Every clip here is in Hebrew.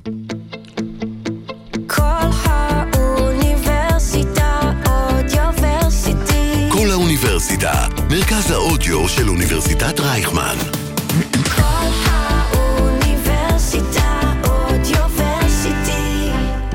כל האוניברסיטה, מרכז האודיו של אוניברסיטת רייכמן. כל האוניברסיטה אודיוורסיטי.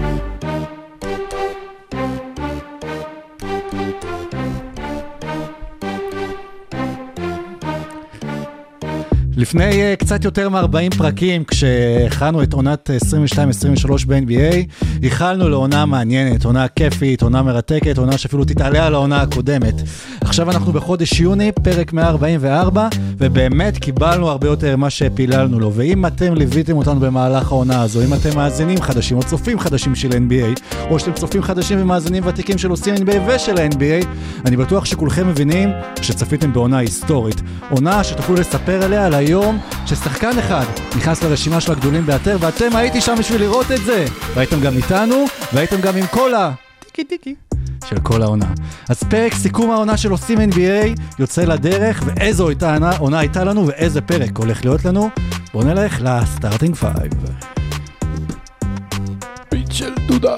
לפני קצת יותר מ-40 פרקים, כשהכנו את עונת 22-23 ב-NBA, ייחלנו לעונה מעניינת, עונה כיפית, עונה מרתקת, עונה שאפילו תתעלה על העונה הקודמת. עכשיו אנחנו בחודש יוני, פרק 144, ובאמת קיבלנו הרבה יותר מה שפיללנו לו. ואם אתם ליוויתם אותנו במהלך העונה הזו, אם אתם מאזינים חדשים או צופים חדשים של NBA, או שאתם צופים חדשים ומאזינים ותיקים של עושים NBA ושל ה-NBA, אני בטוח שכולכם מבינים שצפיתם בעונה היסטורית. עונה שתוכלו לספר עליה על היום ששחקן אחד נכנס לרשימה של הגדולים ביותר, ואתם הייתי שם בשביל לראות את זה, והייתם גם איתנו, והייתם גם עם כל טיקי של כל העונה. אז פרק סיכום העונה של עושים NBA יוצא לדרך, ואיזו עונה הייתה לנו ואיזה פרק הולך להיות לנו. בואו נלך לסטארטינג 5. ביט של דודה.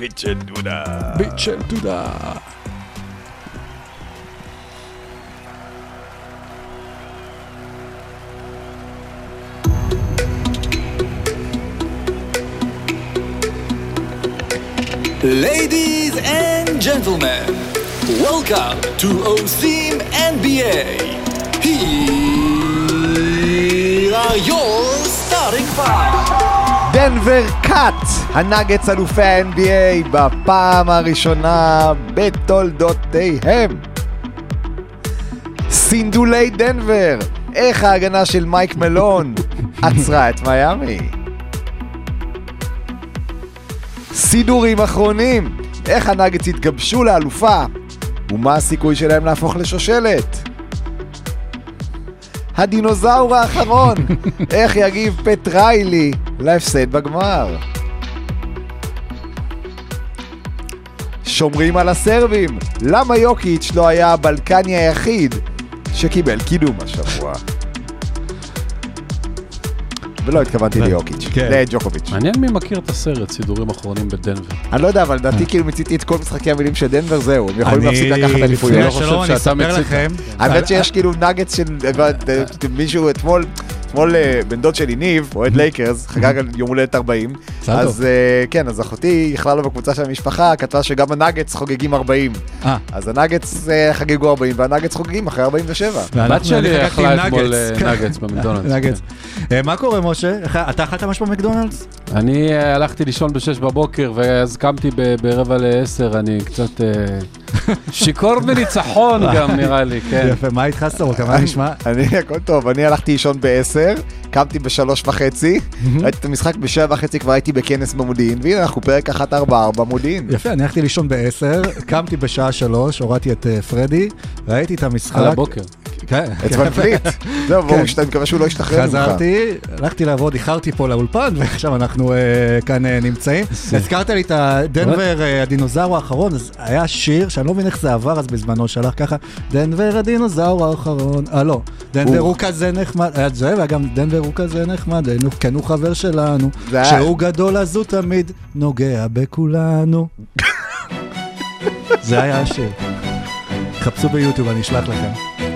Ladies and gentlemen, welcome to OSIM NBA. Here are your starting five. דנבר קאט, הנאגטס אלופי ה-NBA בפעם הראשונה בתולדותיהם. סינדולי דנבר, איך ההגנה של מייק מלון עצרה את מיימי. סידורים אחרונים, איך הנאגטס התגבשו לאלופה, ומה הסיכוי שלהם להפוך לשושלת. הדינוזאור האחרון, איך יגיב פט ריילי להפסד בגמר. שומרים על הסרבים, למה יוקיץ' לא היה הבלקני היחיד שקיבל קידום השבוע. ולא התכוונתי ליוקיץ', לג'וקוביץ'. מעניין מי מכיר את הסרט, סידורים אחרונים בדנבר. אני לא יודע, אבל לדעתי כאילו מציתי את כל משחקי המילים של דנבר, זהו, הם יכולים להפסיק לקחת אליפויות. אני אספר לכם. האמת שיש כאילו נאגטס של מישהו אתמול בן דוד שלי ניב, אוהד לייקרס, חגג על יום הולדת 40, אז כן, אז אחותי יכלה לו בקבוצה של המשפחה, כתבה שגם הנאגטס חוגגים 40. אז הנאגטס חגגו 40, והנאגטס חוגגים אחרי 47. הבת שלי יכלה אתמול נאגטס במקדונלדס. מה קורה, משה? אתה אכלת משהו במקדונלדס? אני הלכתי לישון ב6 בבוקר, ואז קמתי ב9:45, אני קצת שיקור וניצחון גם נראה לי, כן. יפה, מה איתך סורוק? מה נשמע? אני, הכל טוב, אני הלכתי לישון ב10, קמתי ב3:30, ראיתי את המשחק ב7:30, כבר הייתי בכנס במודיעין, והנה אנחנו פרק 144 במודיעין. יפה, אני הלכתי לישון ב10, קמתי בשעה 3, הורדתי את פרדי, ראיתי את המשחק. על הבוקר. אצבן פליט. זהו, בואו, אני מקווה שהוא לא ישתחרר ממך. חזרתי, הלכתי לעבוד, איחרתי פה לאולפן, ועכשיו אנחנו כאן נמצאים. הזכרת לי את הדנבר, הדינוזאור האחרון, אז היה שיר, שאני לא מבין איך זה עבר, אז בזמנו שלח ככה, דנבר הדינוזאור האחרון, לא, דנבר הוא כזה נחמד, היה זה, וגם דנבר הוא כזה נחמד, כן הוא חבר שלנו, שהוא גדול אז הוא תמיד נוגע בכולנו. זה היה השיר. חפשו ביוטיוב, אני אשלח לכם.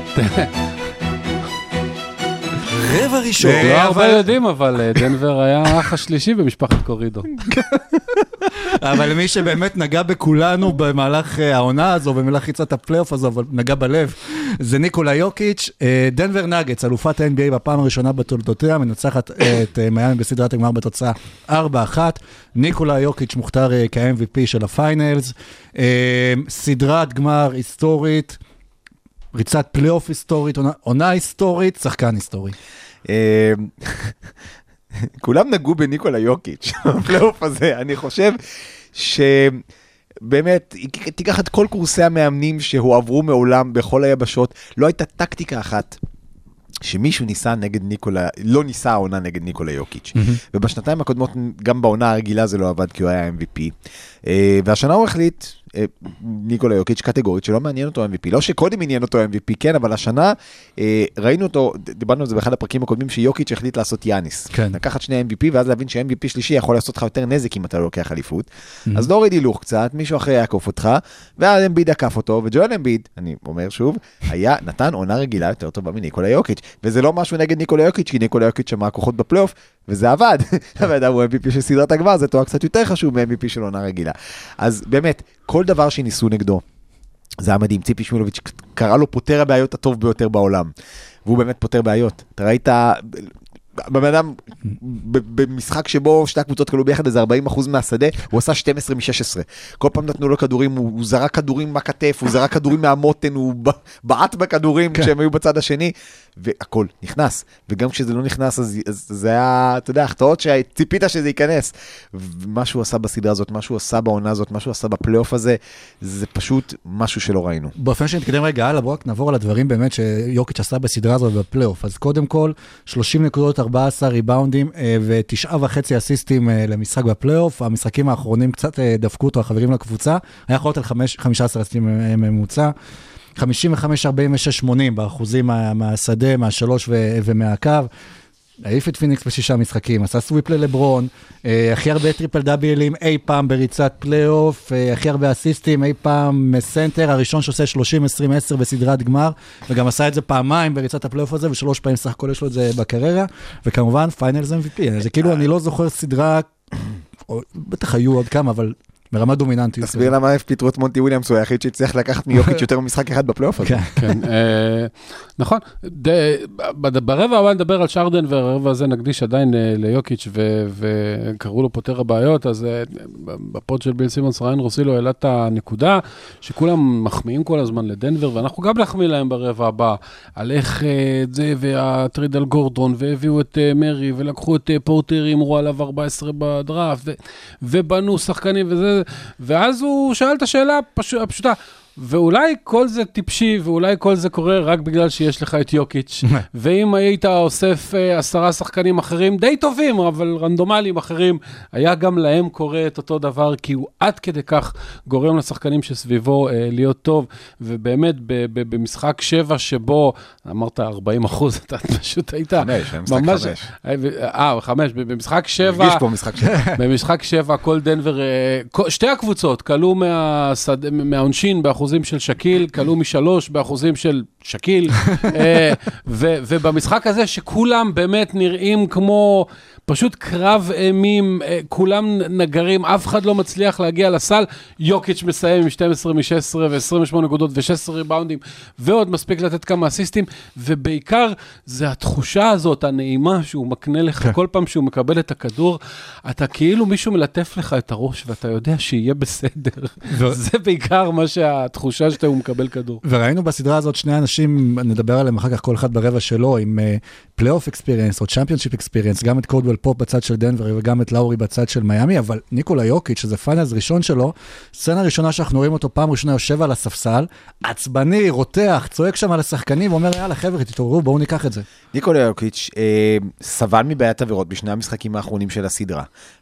רבע ראשון. לא הרבה יודעים, אבל דנבר היה האח השלישי במשפחת קורידו. אבל מי שבאמת נגע בכולנו במהלך העונה הזו, במהלך חיצת הפלייאוף הזו, אבל נגע בלב, זה ניקולה יוקיץ'. דנבר נאגטס, אלופת ה-NBA בפעם הראשונה בתולדותיה, מנצחת את מיאמי בסדרת הגמר בתוצאה 4-1. ניקולה יוקיץ' מוכתר כ-MVP של הפיינלס. סדרת גמר היסטורית, ריצת פלייאוף היסטורית, עונה היסטורית, שחקן היסטורי. כולם נגעו בניקולה יוקיץ', הפלייאוף הזה. אני חושב שבאמת, תיקח את כל קורסי המאמנים שהועברו מעולם בכל היבשות, לא הייתה טקטיקה אחת שמישהו ניסה נגד ניקולה, לא ניסה העונה נגד ניקולה יוקיץ'. ובשנתיים הקודמות, גם בעונה הרגילה זה לא עבד כי הוא היה MVP. והשנה הוא החליט, ניקולה יוקיץ' קטגורית שלא מעניין אותו MVP, לא שקודם עניין אותו MVP, כן, אבל השנה ראינו אותו, דיברנו על זה באחד הפרקים הקודמים, שיוקיץ' החליט לעשות יאניס, לקחת שני MVP, ואז להבין ש-MVP שלישי יכול לעשות לך יותר נזק אם אתה לא לוקח אליפות, אז לא הוריד הילוך קצת, מישהו אחרי יעקוף אותך, ואז אמביד עקף אותו, וג'ואל אמביד, אני אומר שוב, נתן עונה רגילה יותר טובה מניקולה יוקיץ', וזה לא משהו נגד ניקולה יוקיץ', כי ניקולה יוקיץ' שמע כוחות בפלייאוף, וזה עבד. הבן הוא MVP של סדרת הגמר, זה תואר קצת יותר חשוב מ-MVP של עונה רגילה. אז באמת, כל דבר שניסו נגדו, זה היה מדהים. ציפי שמילוביץ' קרא לו פותר הבעיות הטוב ביותר בעולם. והוא באמת פותר בעיות. אתה ראית, בבן אדם, במשחק שבו שתי הקבוצות כלו ביחד איזה 40% מהשדה, הוא עשה 12 מ-16. כל פעם נתנו לו כדורים, הוא זרק כדורים מהכתף, הוא זרק כדורים מהמותן, הוא בעט בכדורים כשהם היו בצד השני, והכל נכנס. וגם כשזה לא נכנס, אז זה היה, אתה יודע, החטאות שציפית שזה ייכנס. ומה שהוא עשה בסדרה הזאת, מה שהוא עשה בעונה הזאת, מה שהוא עשה בפלייאוף הזה, זה פשוט משהו שלא ראינו. באופן שנתקדם רגע הלאה, בואו נעבור על הדברים באמת שיוקיץ' עשה בסדרה הזאת בפלייאוף. אז קודם כל, 30 נקודות, 14 ריבאונדים ו9.5 אסיסטים למשחק בפלייאוף. המשחקים האחרונים קצת דפקו אותו, החברים לקבוצה. היה יכול להיות על 15 אסיסטים ממוצע. 55, 46, 80 באחוזים מהשדה, מהשלוש ומהקו. העיף את פיניקס בשישה משחקים, עשה סוויפ ללברון, הכי הרבה טריפל דאבלים אי פעם בריצת פלייאוף, הכי הרבה אסיסטים אי פעם מסנטר, הראשון שעושה 30-20-10 בסדרת גמר, וגם עשה את זה פעמיים בריצת הפלייאוף הזה, ושלוש פעמים סך הכל יש לו את זה בקריירה, וכמובן פיינלס MVP, זה כאילו אני לא זוכר סדרה, בטח היו עוד כמה, אבל ברמה דומיננטית. תסביר למה פיטרו את מונטי וויליאמס, הוא היחיד שהצליח לקחת מיוקיץ' יותר במשחק אחד בפלייאוף הזה. כן, נכון. ברבע הבא נדבר על שרדן, והרבע הזה נקדיש עדיין ליוקיץ' וקראו לו פותר הבעיות, אז בפוד של ביל סימונס ריין רוסילו העלה את הנקודה, שכולם מחמיאים כל הזמן לדנבר, ואנחנו גם נחמיא להם ברבע הבא, על איך זה והטריד על גורדון, והביאו את מרי, ולקחו את פורטר, אמרו עליו 14 בדראפט, ובנו שחקנים וזה, ואז הוא שאל את השאלה הפשוטה, ואולי כל זה טיפשי, ואולי כל זה קורה רק בגלל שיש לך את יוקיץ', ואם היית אוסף 10 שחקנים אחרים, די טובים, אבל רנדומליים אחרים, היה גם להם קורה את אותו דבר, כי הוא עד כדי כך גורם לשחקנים שסביבו להיות טוב, ובאמת במשחק 7 שבו, אמרת 40%, אתה פשוט היית... 5, במשחק 7, במשחק 7, כל דנבר, שתי הקבוצות, קלו מהעונשין באחוזים של שקיל, קלו מ3 באחוזים של שקיל, ובמשחק הזה שכולם באמת נראים כמו פשוט קרב אימים, כולם נגרים, אף אחד לא מצליח להגיע לסל, יוקיץ' מסיים עם 12 מ-16 ו-28 נקודות ו-16 ריבאונדים, ועוד מספיק לתת כמה אסיסטים, ובעיקר זה התחושה הזאת, הנעימה שהוא מקנה לך, כל פעם שהוא מקבל את הכדור, אתה כאילו מישהו מלטף לך את הראש, ואתה יודע שיהיה בסדר. זה בעיקר מה שהתחושה שאתה הוא מקבל כדור. וראינו בסדרה הזאת שני אנשים, נדבר עליהם אחר כך כל אחד ברבע שלו, עם פלייאוף אקספיריאנס או צ'אמפיונשיפ אקספיריאנס, גם את קורדוול פופ בצד של דנבר וגם את לאורי בצד של מיאמי, אבל ניקולה יוקיץ', שזה פיינלס ראשון שלו, סצנה ראשונה שאנחנו רואים אותו פעם ראשונה יושב על הספסל, עצבני, רותח, צועק שם על השחקנים, ואומר, יאללה חבר'ה, תתעוררו, בואו ניקח את זה. ניקולה יוקיץ' סבל מבעיית עבירות בשני המשחקים האחרונים של הסדרה,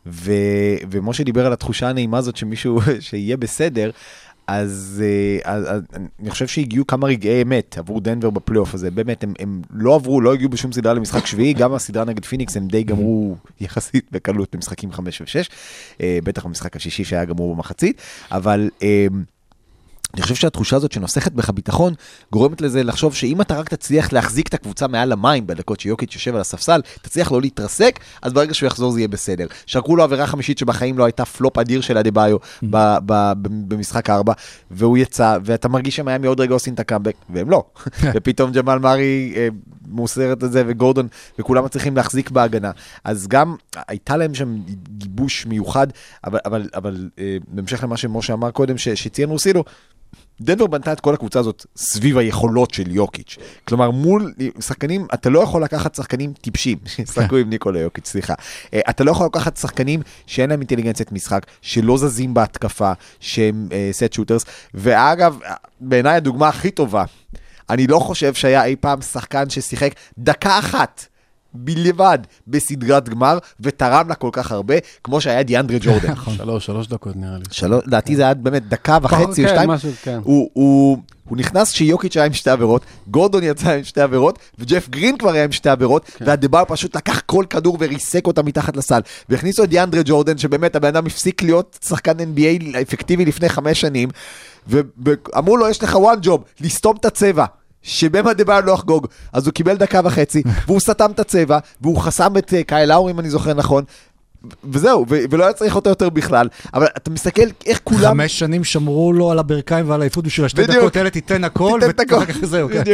ומשה דיבר על התחושה הנעימה הזאת שמישהו שיהיה בסדר, אז אני חושב שהגיעו כמה רגעי אמת עבור דנבר בפלייאוף הזה, באמת הם לא עברו, לא הגיעו בשום סדרה למשחק שביעי, גם הסדרה נגד פיניקס הם די גמרו יחסית בקלות במשחקים 5 ו-6, בטח במשחק השישי שהיה גמור במחצית, אבל אני חושב שהתחושה הזאת שנוסחת בך ביטחון, גורמת לזה לחשוב שאם אתה רק תצליח להחזיק את הקבוצה מעל המים בדקות שיוקיץ' יושב על הספסל, תצליח לא להתרסק, אז ברגע שהוא יחזור זה יהיה בסדר. שרקו לו עבירה חמישית שבחיים לא הייתה פלופ אדיר של אדבאיו במשחק 4, והוא יצא, ואתה מרגיש שמאיימי עוד רגע עושים את הקאמבק, והם לא. ופתאום ג'מאל מארי מוסרת את זה, וגורדון, וכולם צריכים להחזיק בהגנה. אז גם הייתה להם שם גיבוש מיוחד, אבל בהמשך למה שמשה אמר קודם, שציין רוסילו, דנבר בנתה את כל הקבוצה הזאת סביב היכולות של יוקיץ'. כלומר, מול שחקנים, אתה לא יכול לקחת שחקנים טיפשים, שחקו עם ניקולה יוקיץ', סליחה. אתה לא יכול לקחת שחקנים שאין להם אינטליגנציית משחק, שלא זזים בהתקפה, שהם סט שוטרס, ואגב, בעיניי הדוגמה הכי טובה, אני לא חושב שהיה אי פעם שחקן ששיחק דקה אחת בלבד בסדרת גמר, ותרם לה כל כך הרבה, כמו שהיה דיאנדרה ג'ורדן. 3 דקות נראה לי. לדעתי זה היה באמת דקה וחצי או 2. הוא נכנס כשיוקיץ' היה עם 2 עבירות, גורדון יצא עם 2 עבירות, וג'ף גרין כבר היה עם 2 עבירות, והדבר פשוט לקח כל כדור וריסק אותה מתחת לסל. והכניסו את דיאנדרה ג'ורדן, שבאמת הבן אדם הפסיק להיות שחקן NBA אפקטיבי לפני 5 שנים, ואמרו לו, יש לך one job, לסתום את הצבע. שבמה דבר לא אחגוג, אז הוא קיבל 1.5 דקות, והוא סתם את הצבע, והוא חסם את קייל לאורי, אם אני זוכר נכון, וזהו, ולא היה צריך אותו יותר בכלל, אבל אתה מסתכל איך כולם... 5 שנים שמרו לו על הברכיים ועל העיפות בשביל 2 דקות האלה, תיתן הכל, ואחר כך זהו, כן.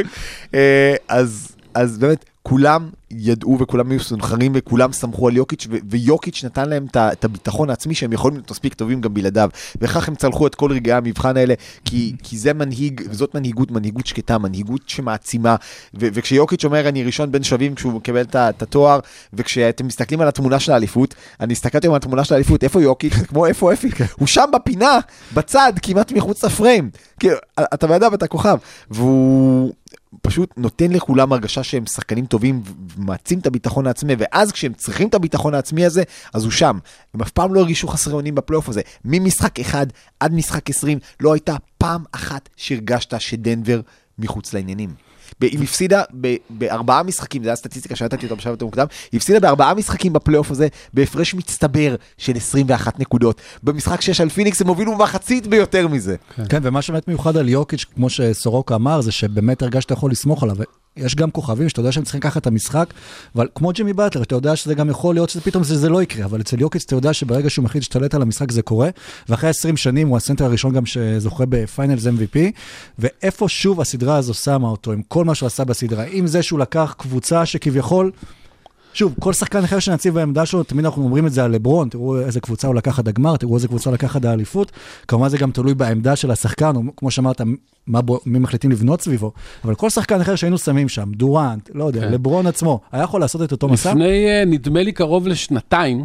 אז באמת, כולם ידעו וכולם היו סונחרים וכולם סמכו על יוקיץ' ויוקיץ' נתן להם את הביטחון העצמי שהם יכולים להיות מספיק טובים גם בלעדיו, וכך הם צלחו את כל רגעי המבחן האלה, כי זה מנהיג, וזאת מנהיגות שקטה, מנהיגות שמעצימה, וכשיוקיץ' אומר אני ראשון בין שווים כשהוא מקבל את התואר, וכשאתם מסתכלים על התמונה של האליפות, אני הסתכלתי על התמונה של האליפות, איפה יוקיץ'? כמו איפה אפי? הוא שם בפינה, בצד, כמעט מחוץ לפריים, אתה יודע ואתה כוכב, והוא פשוט נותן לכולם הרגשה שהם שחקנים טובים ומעצים את הביטחון העצמי, ואז כשהם צריכים את הביטחון העצמי הזה, אז הוא שם. הם אף פעם לא הרגישו חסרי אונים בפלייאוף הזה. ממשחק 1 עד משחק 20, לא הייתה פעם אחת שהרגשת שדנבר מחוץ לעניינים. היא הפסידה ב4 משחקים, זה היה סטטיסטיקה שנתתי אותה בשלב יותר מוקדם, היא הפסידה ב4 משחקים בפלייאוף הזה, בהפרש מצטבר של 21 נקודות. במשחק 6 על פיניקס הם הובילו מחצית ביותר מזה. כן, ומה שבאמת מיוחד על יוקיץ', כמו שסורוקה אמר, זה שבאמת הרגשת יכול לסמוך עליו. יש גם כוכבים שאתה יודע שהם צריכים לקחת את המשחק, אבל כמו ג'ימי באטלר, אתה יודע שזה גם יכול להיות שפתאום זה לא יקרה, אבל אצל יוקיץ' אתה יודע שברגע שהוא מחליט להשתלט על המשחק זה קורה, ואחרי 20 שנים הוא הסנטר הראשון גם שזוכה בפיינלס MVP, ואיפה שוב הסדרה הזו שמה אותו, עם כל מה שהוא עשה בסדרה, עם זה שהוא לקח קבוצה שכביכול, שוב, כל שחקן אחר שנציב בעמדה שלו, תמיד אנחנו אומרים את זה על לברון, תראו איזה קבוצה הוא לקח עד הגמר, תראו איזה קבוצה הוא לקח עד האליפות, כמובן זה גם תלוי בעמדה של השחקן, או כמו שאמרת, מי מחליטים לבנות סביבו, אבל כל שחקן אחר שהיינו שמים שם, דורנט, לא יודע, לברון עצמו, היה יכול לעשות את אותו מסע? לפני, נדמה לי קרוב לשנתיים,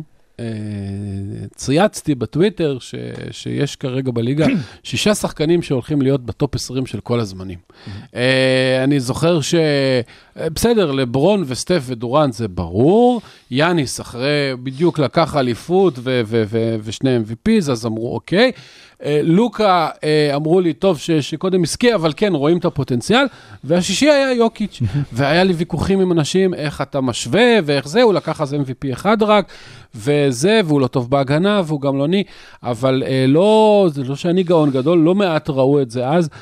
צייצתי בטוויטר שיש כרגע בליגה 6 שחקנים שהולכים להיות בטופ 20 של כל הזמנים. אני זוכר בסדר, לברון וסטף ודורנט זה ברור, יאניס אחרי בדיוק לקח אליפות ושני MVPs, אז אמרו אוקיי, לוקה אמרו לי טוב שקודם עסקי, אבל כן רואים את הפוטנציאל, והשישי היה יוקיץ', והיה לי ויכוחים עם אנשים איך אתה משווה ואיך זה, הוא לקח אז MVP אחד רק, וזה, והוא לא טוב בהגנה, והוא גם לא ני, אבל לא, זה לא שאני גאון גדול, לא מעט ראו את זה אז,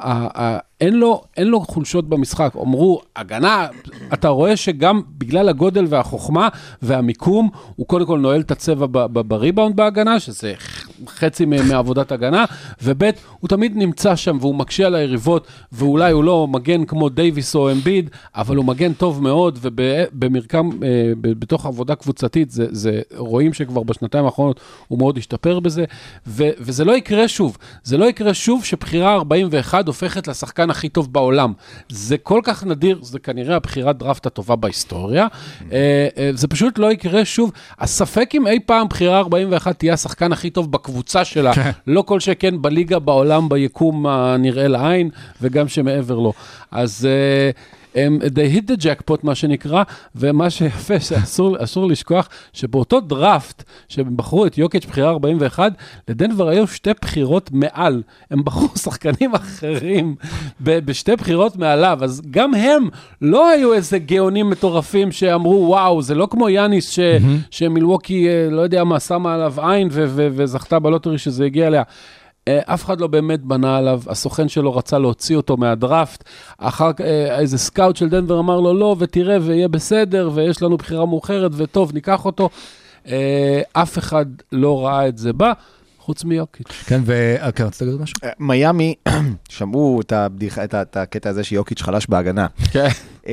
אין לו חולשות במשחק, אמרו, הגנה, אתה רואה שגם בגלל הגודל והחוכמה והמיקום, הוא קודם כל נועל את הצבע בריבאונד בהגנה, שזה חצי מעבודת הגנה, וב' הוא תמיד נמצא שם, והוא מקשה על היריבות, ואולי הוא לא מגן כמו דייביס או אמביד, אבל הוא מגן טוב מאוד, ובמרקם, בתוך עבודה קבוצתית, רואים שכבר בשנתיים האחרונות הוא מאוד השתפר בזה, וזה לא יקרה שוב, זה לא יקרה שוב שבחירה 41 הופכת לשחקן הכי טוב בעולם. זה כל כך נדיר, זה כנראה הבחירת דראפט הטובה בהיסטוריה. זה פשוט לא יקרה שוב. הספק אם אי פעם בחירה 41 תהיה השחקן הכי טוב בקבוצה שלה, לא כל שכן בליגה, בעולם, ביקום הנראה לעין, וגם שמעבר לו. אז they hit the jackpot, מה שנקרא, ומה שיפה, שאסור לשכוח, שבאותו דראפט, שהם בחרו את יוקיץ' בחירה 41, לדנבר היו 2 בחירות מעל, הם בחרו שחקנים אחרים, בשתי בחירות מעליו, אז גם הם לא היו איזה גאונים מטורפים, שאמרו, וואו, זה לא כמו יאניס, שמילווקי, לא יודע מה, שמה עליו עין, וזכתה בלוטרי שזה הגיע אליה, אף אחד לא באמת בנה עליו, הסוכן שלו רצה להוציא אותו מהדראפט, אחר כך איזה סקאוט של דנבר אמר לו לא, ותראה ויהיה בסדר, ויש לנו בחירה מאוחרת, וטוב, ניקח אותו. אף אחד לא ראה את זה בה, חוץ מיוקיץ'. כן, וכן, רצית להגיד משהו? מיאמי, שמעו את הקטע הזה שיוקיץ' חלש בהגנה. כן.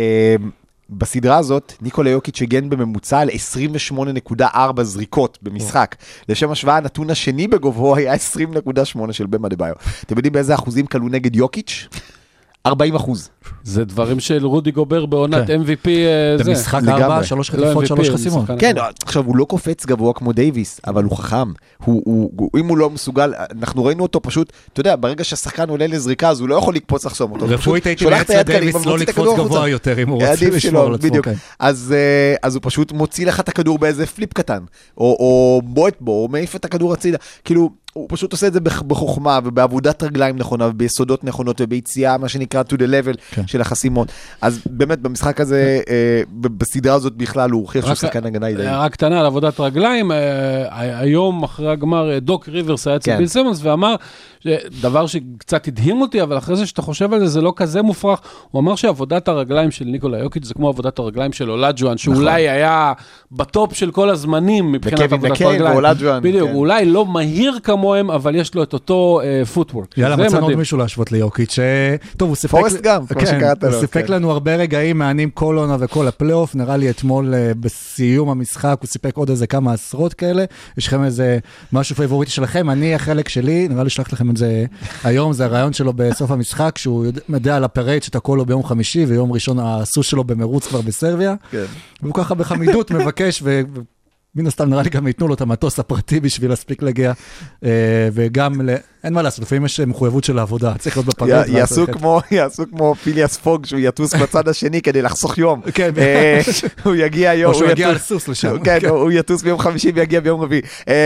בסדרה הזאת, ניקולה יוקיץ' הגן בממוצע על 28.4 זריקות במשחק. לשם השוואה, הנתון השני בגובהו היה 20.8 של במה דביו. אתם יודעים באיזה אחוזים קלו נגד יוקיץ'? 40%. זה דברים של רודי גובר בעונת MVP זה. במשחק לגמרי. 4, 3 חטיפות, 3 חסימות. כן, עכשיו הוא לא קופץ גבוה כמו דייביס, אבל הוא חכם. אם הוא לא מסוגל, אנחנו ראינו אותו פשוט, אתה יודע, ברגע שהשחקן עולה לזריקה, אז הוא לא יכול לקפוץ לחסום אותו. רפואית הייתי מייעץ לדייביס לא לקפוץ גבוה יותר, אם הוא רוצה לשמור על עצמו. אז הוא פשוט מוציא לך את הכדור באיזה פליפ קטן, או בועט בו, או מעיף את הכדור הצידה. כאילו, הוא פשוט עושה את זה בחוכמה, ובעבודת רגליים נכונה, וביסודות נכונות, וביציאה, מה שנקרא to the level של החסימות. אז באמת, במשחק הזה, בסדרה הזאת בכלל, הוא הוכיח שהוא שחקן הגנה ידעי. רק קטנה על עבודת רגליים, היום אחרי הגמר, דוק ריברס היה אצל ביל סימונס, ואמר, דבר שקצת הדהים אותי, אבל אחרי זה שאתה חושב על זה, זה לא כזה מופרך. הוא אמר שעבודת הרגליים של ניקולה יוקיץ' זה כמו עבודת הרגליים של אולג'ואן, שאולי היה בטופ של כל הזמנים, מבחינת עבודת הרגליים. בדיוק, אולי לא מהיר כמוהם, אבל יש לו את אותו פוטוורק. יאללה, מצאנו עוד מישהו להשוות ליוקיץ'. טוב, הוא פורסט גם, כמו שקראת לו. הוא סיפק לנו הרבה רגעים מענים כל עונה וכל הפלייאוף, נראה לי אתמול בסיום המשחק, הוא סיפק עוד איזה כמה עשרות כאלה. יש לכם איזה משהו פייבוריטי שלכם, אני החלק שלי, נראה לי שלחת לכם את זה היום, זה הרעיון שלו בסוף המשחק, שהוא יודע על הפרייד שאת הכל לו ביום חמישי, ויום ראשון הסוס שלו במרוץ כבר בסרביה, והוא ככה בחמידות מבקש, מן הסתם נראה לי גם ייתנו לו את המטוס הפרטי בשביל להספיק להגיע, וגם, אין מה לעשות, לפעמים יש מחויבות של העבודה, צריך להיות בפגרות. יעשו כמו פיליאס פוג, שהוא יטוס בצד השני כדי לחסוך יום. הוא יגיע יום. או שהוא יגיע על סוס לשם. כן, הוא יטוס ביום חמישי ויגיע ביום רביעי.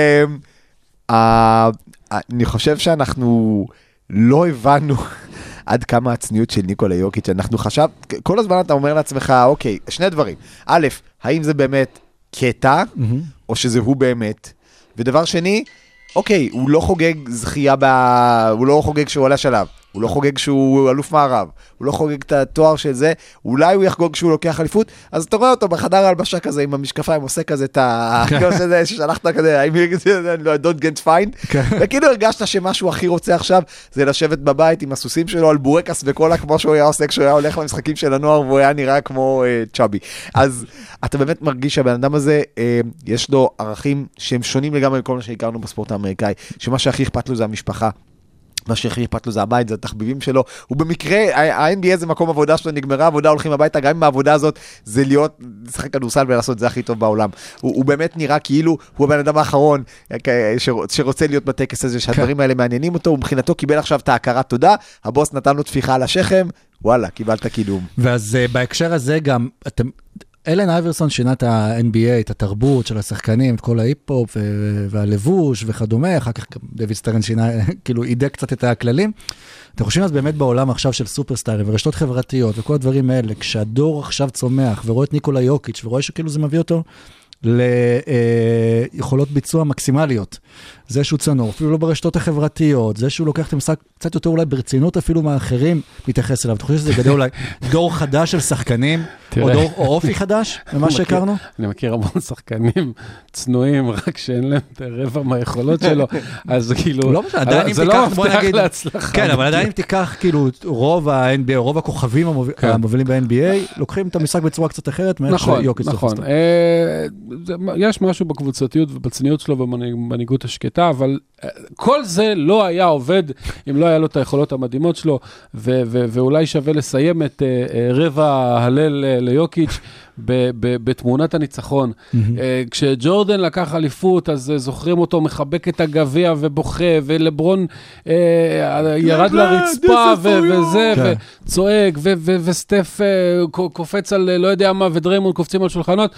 אני חושב שאנחנו לא הבנו עד כמה הצניעות של ניקולה יוקיץ'. אנחנו חשב, כל הזמן אתה אומר לעצמך, אוקיי, שני דברים. א', האם זה באמת קטע, או שזה הוא באמת? ודבר שני, אוקיי, הוא לא חוגג זכייה, הוא לא חוגג שהוא עולה שלב, הוא לא חוגג שהוא אלוף מערב, הוא לא חוגג את התואר של זה, אולי הוא יחגוג שהוא לוקח אליפות, אז אתה רואה אותו בחדר ההלבשה כזה, עם המשקפיים, עושה כזה את ששלחת כזה, don't get fine, וכאילו הרגשת שמשהו הכי רוצה עכשיו, זה לשבת בבית עם הסוסים שלו על בורקס וקולה, כמו שהוא היה עושה כשהוא היה הולך למשחקים של הנוער, והוא היה נראה כמו צ'אבי. אז אתה באמת מרגיש שהבן אדם הזה, יש לו ערכים שהם שונים לגמרי מכל מה שהכרנו בספורט האמריקאי, שמה שהכי אכפת לו זה המשפחה, מה שהכי אכפת לו זה הבית, זה התחביבים שלו. הוא במקרה, ה-NBA זה מקום עבודה שלו, נגמרה עבודה, הולכים הביתה, גם אם העבודה הזאת זה להיות, לשחק כדורסל ולעשות את זה הכי טוב בעולם. הוא באמת נראה כאילו הוא הבן אדם האחרון שרוצה להיות בטקס הזה, שהדברים האלה מעניינים אותו, ומבחינתו קיבל עכשיו את ההכרת תודה, הבוס נתן לו תפיחה על השכם, וואלה, קיבלת קידום. ואז בהקשר הזה גם, אלן אייברסון שינה את ה-NBA, את התרבות של השחקנים, את כל ההיפ-הופ והלבוש וכדומה, אחר כך גם דויד סטרן שינה, כאילו עידק קצת את הכללים. אתם חושבים אז באמת בעולם עכשיו של סופרסטיילים ורשתות חברתיות וכל הדברים האלה, כשהדור עכשיו צומח ורואה את ניקולה יוקיץ' ורואה שכאילו זה מביא אותו ליכולות ביצוע מקסימליות. זה שהוא צנור, אפילו לא ברשתות החברתיות, זה שהוא לוקח את המשחק קצת יותר אולי ברצינות אפילו מהאחרים מתייחס אליו. אתה חושב שזה גדול אולי דור חדש של שחקנים, או אופי חדש ממה שהכרנו? אני מכיר המון שחקנים צנועים, רק שאין להם את הרבע מהיכולות שלו, אז כאילו, זה לא מפתח להצלחה. כן, אבל עדיין אם תיקח כאילו רוב ה-NBA, רוב הכוכבים המובילים ב-NBA, לוקחים את המשחק בצורה קצת אחרת, נכון, נכון. יש משהו בקבוצתיות ובצניות שלו ובמנהיגות השקטה, אבל כל זה לא היה עובד אם לא היה לו את היכולות המדהימות שלו, ואולי שווה לסיים את רבע הלל ליוקיץ' בתמונת הניצחון. כשג'ורדן לקח אליפות, אז זוכרים אותו מחבק את הגביע ובוכה, ולברון ירד לרצפה וזה, וצועק, וסטף קופץ על לא יודע מה, ודריימון קופצים על שולחנות,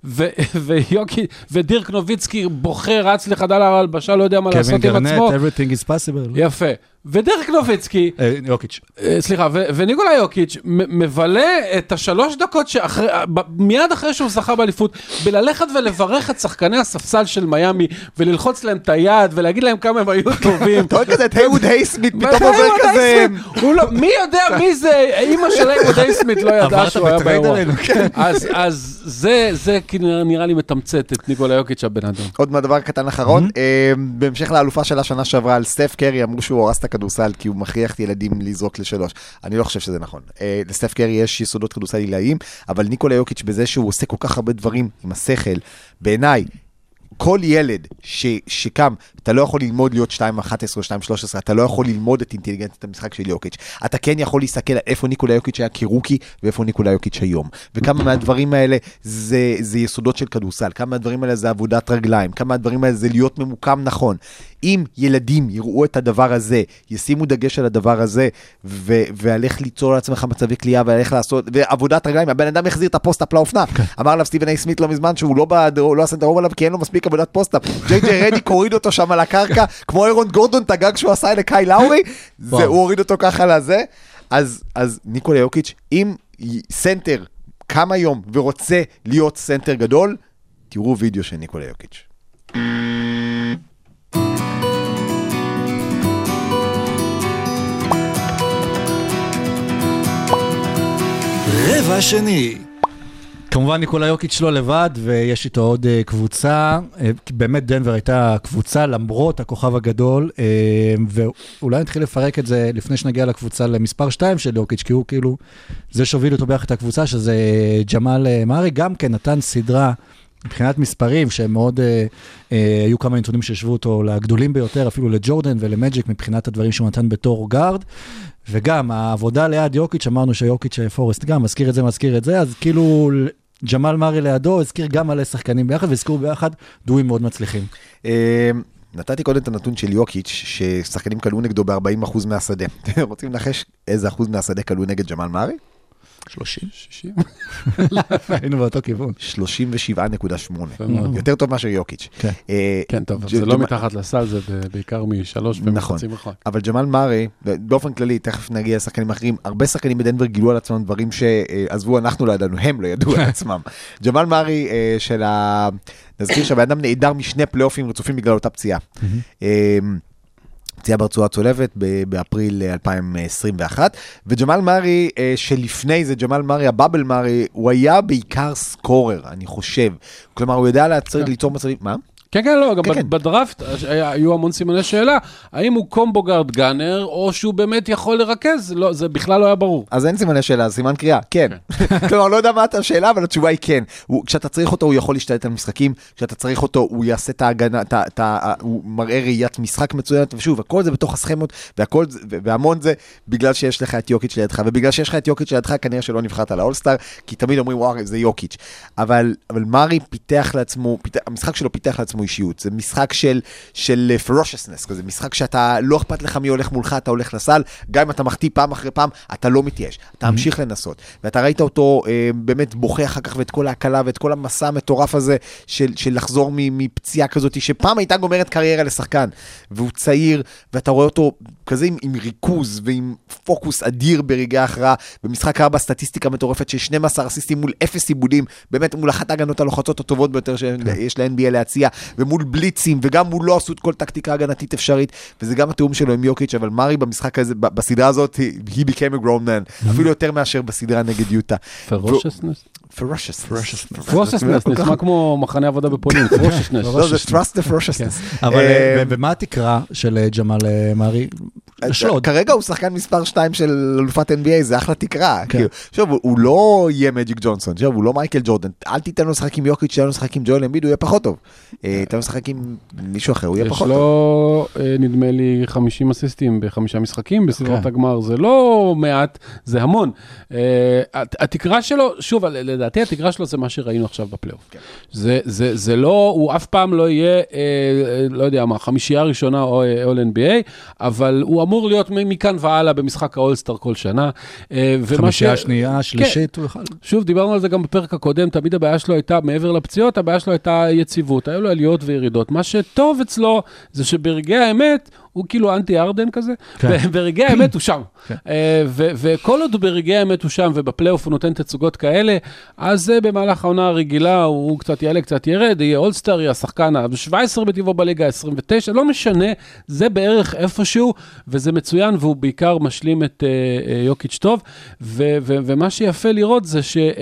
ודירק נוביצקי בוכה, רץ לחדר ההלבשה, לא יודע מה לעשות עם עצמו. Everything is possible. יפה. ודרק נוביצקי, יוקיץ'. סליחה, וניקולה יוקיץ' מבלה את 3 דקות מיד אחרי שהוא זכה באליפות, בללכת ולברך את שחקני הספסל של מיאמי, וללחוץ להם את היד, ולהגיד להם כמה הם היו טובים. אתה רואה כזה את הייווד הייסמית, פתאום עובר כזה. מי יודע מי זה? אמא של הייווד הייסמית לא ידעה שהוא היה באירוע. אז זה נראה לי מתמצת את ניקולה יוקיץ' הבן אדם. עוד מהדבר קטן אחרון, בהמשך לאלופה של השנה שעברה על סטף קרי, אמרו שהוא הורס את הכדורסל כי הוא מכריח ילדים לזרוק ל3. אני לא חושב שזה נכון. לסטף קרי יש יסודות כדורסל עילאיים, אבל ניקולה יוקיץ' בזה שהוא עושה כל כך הרבה דברים עם השכל, בעיניי, כל ילד שקם, אתה לא יכול ללמוד להיות 2-11 או 2-13, אתה לא יכול ללמוד את אינטליגנציית המשחק של יוקיץ'. אתה כן יכול להסתכל על איפה ניקולה יוקיץ' היה כרוקי, ואיפה ניקולה יוקיץ' היום. וכמה מהדברים האלה זה יסודות של כדורסל, כמה מהדברים האלה זה עבודת רגליים, כמה מהדברים האלה זה להיות ממוקם נכון. אם ילדים יראו את הדבר הזה, ישימו דגש על הדבר הזה, והלך ליצור לעצמך מצבי קליעה, והלך לעשות, ועבודת רגליים, הבן אדם החזיר את הפוסט-אפ לאופנה. אמר עליו סטיבן איי סמית לא מזמן, שהוא לא עשה את הרוב עליו, כי אין לו מספיק עבודת פוסט-אפ. ג'יי רדיק הוריד אותו שם על הקרקע, כמו אירון גורדון, את הגג שהוא עשה לקאי לאורי, הוא הוריד אותו ככה לזה. אז ניקולה יוקיץ', אם סנטר קם היום ורוצה להיות סנטר גדול, תראו וידאו של ניקולה יוקיץ'. רבע שני. כמובן ניקולה יוקיץ' לא לבד, ויש איתו עוד קבוצה, באמת דנבר הייתה קבוצה למרות הכוכב הגדול, ואולי נתחיל לפרק את זה לפני שנגיע לקבוצה למספר 2 של יוקיץ', כי הוא כאילו, זה שהוביל אותו ביחד את הקבוצה, שזה ג'מאל מארי, גם כן נתן סדרה מבחינת מספרים, שהם מאוד, היו כמה נתונים שהשוו אותו לגדולים ביותר, אפילו לג'ורדן ולמג'יק, מבחינת הדברים שהוא נתן בתור גארד, וגם העבודה ליד יוקיץ', אמרנו שיוקיץ' פורסט גם, מזכיר את זה, אז כאילו ג'מאל מארי לידו, הזכיר גם מלא שחקנים ביחד, והזכירו ביחד דויים מאוד מצליחים. נתתי קודם את הנתון של יוקיץ', ששחקנים קלעו נגדו ב-40% מהשדה. רוצים לנחש איזה אחוז מהשדה קלעו נגד ג'מאל מארי? 30? 60? היינו באותו כיוון. 37.8. יותר טוב מאשר יוקיץ'. כן, טוב, זה לא מתחת לסל, זה בעיקר משלוש ומחצי מרחק. אבל ג'מאל מארי, באופן כללי, תכף נגיע לשחקנים אחרים, הרבה שחקנים בדנבר גילו על עצמם דברים שעזבו, אנחנו לא ידענו, הם לא ידעו על עצמם. ג'מאל מארי של נזכיר שהבן נעדר משני פלייאופים רצופים בגלל אותה פציעה. פציעה ברצועה צולבת באפריל 2021, וג'מאל מארי שלפני זה, ג'מאל מארי, הבאבל מארי, הוא היה בעיקר סקורר, אני חושב. כלומר, הוא יודע ליצור מצבים, מה? כן, כן, לא, גם בדראפט היו המון סימני שאלה, האם הוא קומבו גארד גאנר, או שהוא באמת יכול לרכז, זה בכלל לא היה ברור. אז אין סימני שאלה, סימן קריאה, כן. כלומר, לא יודע מה אתה השאלה, אבל התשובה היא כן. כשאתה צריך אותו, הוא יכול להשתלט על משחקים, כשאתה צריך אותו, הוא יעשה את ההגנה, הוא מראה ראיית משחק מצוינת, ושוב, הכל זה בתוך הסכמות, והמון זה בגלל שיש לך את יוקיץ' לידך, ובגלל שיש לך את יוקיץ' לידך, כנראה שלא נבחרת על האולסטאר, כי תמיד אומרים, וואו, זה יוקיץ'. אבל מארי פיתח לעצמו, המשחק שלו פיתח לעצמו אישיות. זה משחק של ferociousness, כזה משחק שאתה לא אכפת לך מי הולך מולך, אתה הולך לסל, גם אם אתה מחטיא פעם אחרי פעם, אתה לא מתייאש, אתה ממשיך לנסות. ואתה ראית אותו באמת בוכה אחר כך, ואת כל ההקלה, ואת כל המסע המטורף הזה, של לחזור מפציעה כזאת, שפעם הייתה גומרת קריירה לשחקן, והוא צעיר, ואתה רואה אותו כזה עם ריכוז, ועם פוקוס אדיר ברגעי ההכרעה, במשחק רע בסטטיסטיקה מטורפת, של 12 אסיסטים מול 0 עיבודים, באמת מול אחת ההגנות הלוחצות הטובות ביותר שיש ל-NBA להציע, ומול בליצים, וגם מול לא עשו את כל טקטיקה הגנתית אפשרית, וזה גם התיאום שלו עם יוקיץ', אבל מארי במשחק הזה, בסדרה הזאת, he became a grown man, אפילו יותר מאשר בסדרה נגד יוטה. ferociousness, נשמע כמו מחנה עבודה בפולין, ferociousness. לא, זה trust the ferociousness. אבל ומה התקרה של ג'מאל מארי? כרגע הוא שחקן מספר 2 של אלופת NBA, זה אחלה תקרה. עכשיו, הוא לא יהיה מג'יק ג'ונסון, הוא לא מייקל ג'ורדן, אל תיתן לו לשחק עם יוקיץ', תיתן לו לשחק עם ג'ואל אמביד, הוא יהיה פחות טוב. תיתן לו לשחק עם מישהו אחר, הוא יהיה פחות טוב. יש לו, נדמה לי, 50 אסיסטים ב5 משחקים, בסדרת הגמר, זה לא מעט, זה המון. התקרה שלו, שוב, לדעתי התקרה שלו זה מה שראינו עכשיו בפלייאוף. זה לא, הוא אף פעם לא יהיה, לא יודע מה, חמישייה ראשונה או NBA, אבל הוא אמור להיות מכאן והלאה במשחק האולסטאר כל שנה. חמישייה שנייה, שלישית, הוא יוכל. שוב, דיברנו על זה גם בפרק הקודם, תמיד הבעיה שלו הייתה, מעבר לפציעות, הבעיה שלו הייתה יציבות, היו לו עליות וירידות. מה שטוב אצלו, זה שברגעי האמת, הוא כאילו אנטי ארדן כזה, ברגעי האמת הוא שם. וכל עוד הוא ברגעי האמת הוא שם, ובפלייאוף הוא נותן תצוגות כאלה, אז במהלך העונה הרגילה, הוא קצת יעלה, קצת ירד, יהיה אולסטאר, יהיה השחקן ה-17 בטבעו בליגה, 29, לא משנה, זה בערך איפשהו, וזה מצוין, והוא בעיקר משלים את יוקיץ' טוב, ומה שיפה לראות זה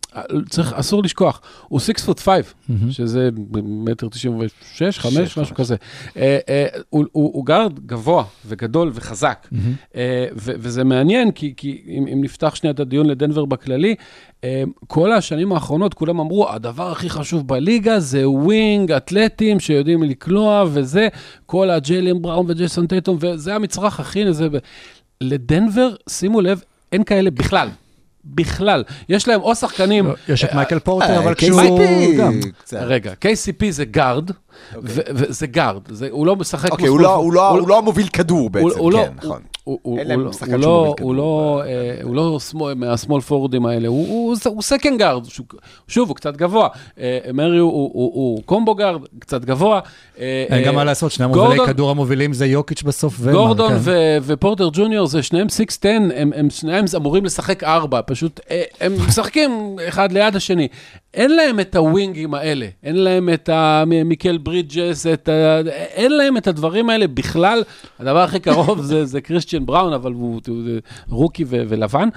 אסור לשכוח, הוא 6'5", שזה 1.96, 5, משהו כזה. הוא גארד גבוה וגדול וחזק, וזה מעניין, כי אם נפתח שנייה את הדיון לדנבר בכללי, כל השנים האחרונות כולם אמרו, הדבר הכי חשוב בליגה זה ווינג, אתלטים שיודעים לקלוע, וזה כל הג'יילן בראון וג'ייסון טייטום, וזה המצרך הכי נזה. לדנבר, שימו לב, אין כאלה בכלל. יש להם או שחקנים... יש את מייקל פורטר, אבל כשהוא גם... רגע, KCP זה גארד, וזה גארד. הוא לא משחק... אוקיי, הוא לא המוביל כדור בעצם, כן, נכון. הוא לא מהסמול פורדים האלה, הוא סקנד גארד, שוב, הוא קצת גבוה. מרי הוא קומבו גארד, קצת גבוה. אין גם מה לעשות, שני המובילי כדור המובילים זה יוקיץ' בסוף. גורדון ופורטר ג'וניור זה שניהם 6'10", הם שניהם אמורים לשחק 4, פשוט הם משחקים אחד ליד השני. אין להם את הווינגים האלה, אין להם את מיקל ברידג'ס, אין להם את הדברים האלה בכלל. הדבר הכי קרוב זה קריסטיאן בראון, אבל הוא רוקי ולבן,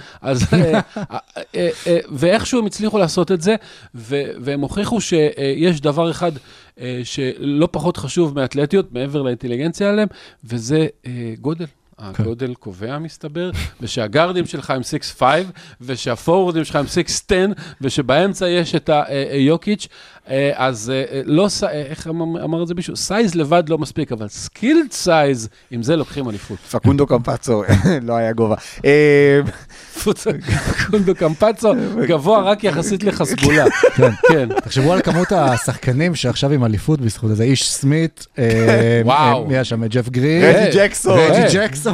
ואיכשהו הם הצליחו לעשות את זה, והם הוכיחו שיש דבר אחד שלא פחות חשוב מאתלטיות, מעבר לאינטליגנציה עליהם, וזה גודל. הגודל קובע מסתבר, ושהגארדים שלך הם 6'5", ושהפורורדים שלך הם 6'10", ושבאמצע יש את היוקיץ', אז לא, איך אמר את זה מישהו? סייז לבד לא מספיק, אבל סקילד סייז, עם זה לוקחים אליפות. פקונדו קמפצו, לא היה גובה. פקונדו קמפצו, גבוה רק יחסית לחסגולה. כן. תחשבו על כמות השחקנים שעכשיו עם אליפות בזכות הזה, איש סמית, מי היה שם? ג'ף גרין, רג'י ג'קסון,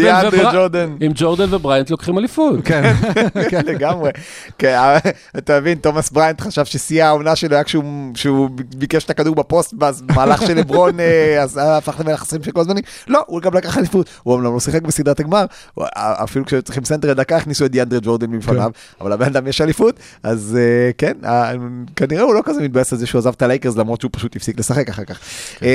עם ג'ורדן ובריינט לוקחים אליפות. כן. לגמרי. אתה מבין, תומאס בריינט חשב שסייע העונה שלו היה כשהוא ביקש את הכדור בפוסט, במהלך של לברון, אז הפך למלך 20 של כל הזמנים. לא, הוא גם לקח אליפות. הוא אמנם לא שיחק בסדרת הגמר, אפילו כשצריכים סנטר לדקה, הכניסו את דיאנדרה ג'ורדן מפניו, אבל הבן אדם יש אליפות, אז כן, כנראה הוא לא כזה מתבאס על זה שהוא עזב את הלייקרס, למרות שהוא פשוט הפסיק לשחק אחר כך.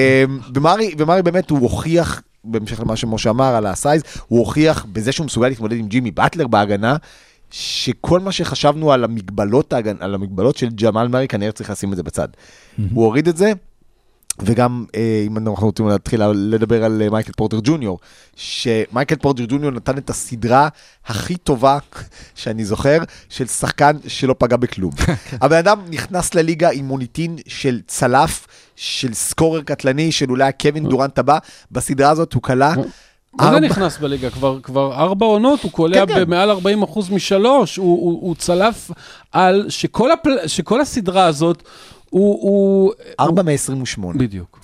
ומרי באמת הוא הוכיח, בהמשך למה שמשה אמר על הסייז, הוא הוכיח בזה שהוא מסוגל להתמודד עם ג'ימי באטלר בהגנה, שכל מה שחשבנו על המגבלות של ג'מאל מרי, כנראה צריך לשים את זה בצד. הוא הוריד את זה, וגם אם אנחנו רוצים להתחיל לדבר על מייקל פורטר ג'וניור, שמייקל פורטר ג'וניור נתן את הסדרה הכי טובה שאני זוכר, של שחקן שלא פגע בכלום. הבן אדם נכנס לליגה עם מוניטין של צלף, של סקורר קטלני, של אולי קווין דורנט הבא, בסדרה הזאת הוא קלה. מה זה נכנס בליגה? כבר 4 עונות, הוא קולע במעל 40% משלוש, הוא צלף על שכל הסדרה הזאת, הוא 4 מ-28. בדיוק.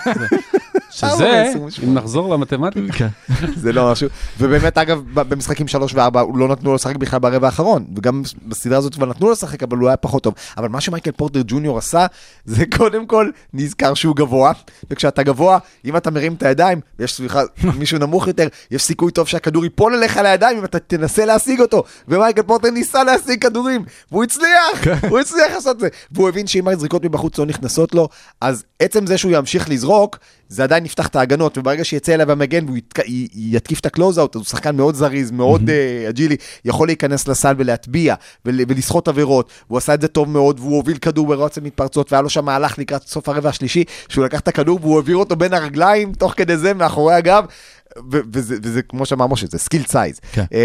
שזה, אם נחזור למתמטיקה. זה לא משהו. ובאמת, אגב, במשחקים 3 ו-4, הוא לא נתנו לו לשחק בכלל ברבע האחרון. וגם בסדרה הזאת כבר נתנו לו לשחק, אבל הוא היה פחות טוב. אבל מה שמייקל פורטר ג'וניור עשה, זה קודם כל נזכר שהוא גבוה. וכשאתה גבוה, אם אתה מרים את הידיים, ויש סליחה, מישהו נמוך יותר, יש סיכוי טוב שהכדור ייפול אליך לידיים, אם אתה תנסה להשיג אותו. ומייקל פורטר ניסה להשיג כדורים, והוא הצליח לעשות זה. והוא הבין שאם הזריקות מבחוץ לא נכנסות לו, אז עצם זה שהוא ימשיך לזרוק, זה עדיין נפתח את ההגנות, וברגע שיצא אליו המגן והוא יתקיף את הקלוז-אוט, אז הוא שחקן מאוד זריז, מאוד אג'ילי, יכול להיכנס לסל ולהטביע, ולסחוט עבירות, והוא עשה את זה טוב מאוד, והוא הוביל כדור ברצף מתפרצות, והיה לו שם מהלך לקראת סוף הרבע השלישי, שהוא לקח את הכדור והוא העביר אותו בין הרגליים, תוך כדי זה, מאחורי הגב, וזה כמו שאמר משה, זה סקיל סייז.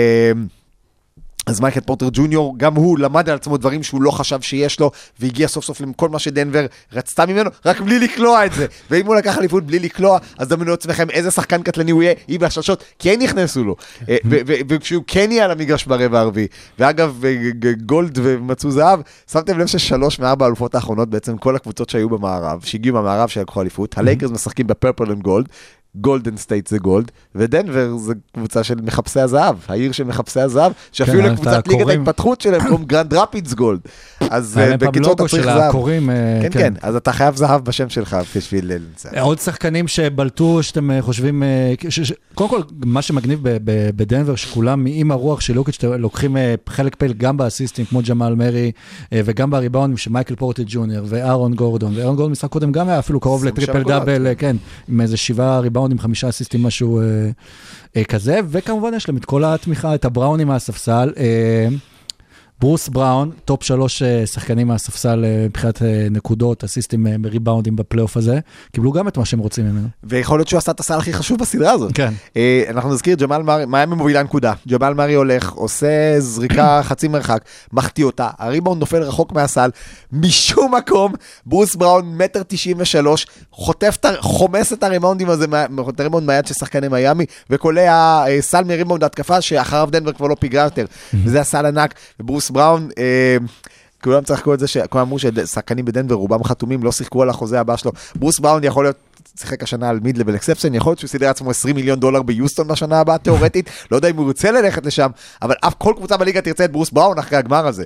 אז מייקל פורטר ג'וניור, גם הוא למד על עצמו דברים שהוא לא חשב שיש לו, והגיע סוף סוף לכל מה שדנבר רצתה ממנו, רק בלי לקלוע את זה. ואם הוא לקח אליפות בלי לקלוע, אז דמיינו לעצמכם איזה שחקן קטלני הוא יהיה, היא בהשלשות, כן נכנסו לו. וכשהוא כן יהיה על המגרש ברבע הרביעי, ואגב, גולד ומצאו זהב, שמתם לב ש3 מ4 האלופות האחרונות, בעצם כל הקבוצות שהיו במערב, שהגיעו במערב שלקחו אליפות, הלייקרס משחקים בפרפל אנד גולד, גולדן סטייט זה גולד, ודנבר זה קבוצה של מחפשי הזהב, העיר של מחפשי הזהב, שאפילו לקבוצת ליגת ההתפתחות שלהם, קוראים גרנד רפידס גולד. אז בקיצור אתה צריך זהב. כן, אז אתה חייב זהב בשם שלך בשביל לנצח. עוד שחקנים שבלטו, שאתם חושבים, קודם כל, מה שמגניב בדנבר, שכולם עם הרוח של יוקיץ' לוקחים חלק פעיל גם באסיסטים, כמו ג'מאל מרי, וגם בריבאונדים של מייקל פורטר ג'וניור, ואירון גורדון. ואירון גורדון משחק קודם גם היה אפילו קרוב לטריפל דאבל, כן, עם איזה 7 ריבאונדים, 5 אסיסטים, משהו כזה, וכמובן יש להם את כל התמיכה, את הבראונים מהספסל, ברוס בראון, טופ 3 שחקנים מהספסל מבחינת נקודות, אסיסטים בריבאונדים בפלייאוף הזה, קיבלו גם את מה שהם רוצים ממנו. ויכול להיות שהוא עשה את הסל הכי חשוב בסדרה הזאת. כן. אנחנו נזכיר, ג'מאל מארי, מיאמי מובילה נקודה. ג'מאל מארי הולך, עושה זריקה חצי מרחק, מחטיא אותה, הריבאונד נופל רחוק מהסל, משום מקום, ברוס בראון, 1.93 מטר, חומס את הריבאונדים הזה, את הריבאונד מהיד של שחקני מיאמי, וקולע סל מריבאונד התקפה, שאחריו דנבר כבר לא פיגרה יותר. וזה הסל ענק, וברוס בראון, כולם צחקו את זה, כולם אמרו ששחקנים בדנבר, רובם חתומים, לא שיחקו על החוזה הבא שלו. ברוס בראון יכול להיות, שיחק השנה על מיד-לבל אקספשן, יכול להיות שהוא סידר עצמו $20 מיליון ביוסטון בשנה הבאה, תיאורטית, לא יודע אם הוא רוצה ללכת לשם, אבל כל קבוצה בליגה תרצה את ברוס בראון אחרי הגמר הזה.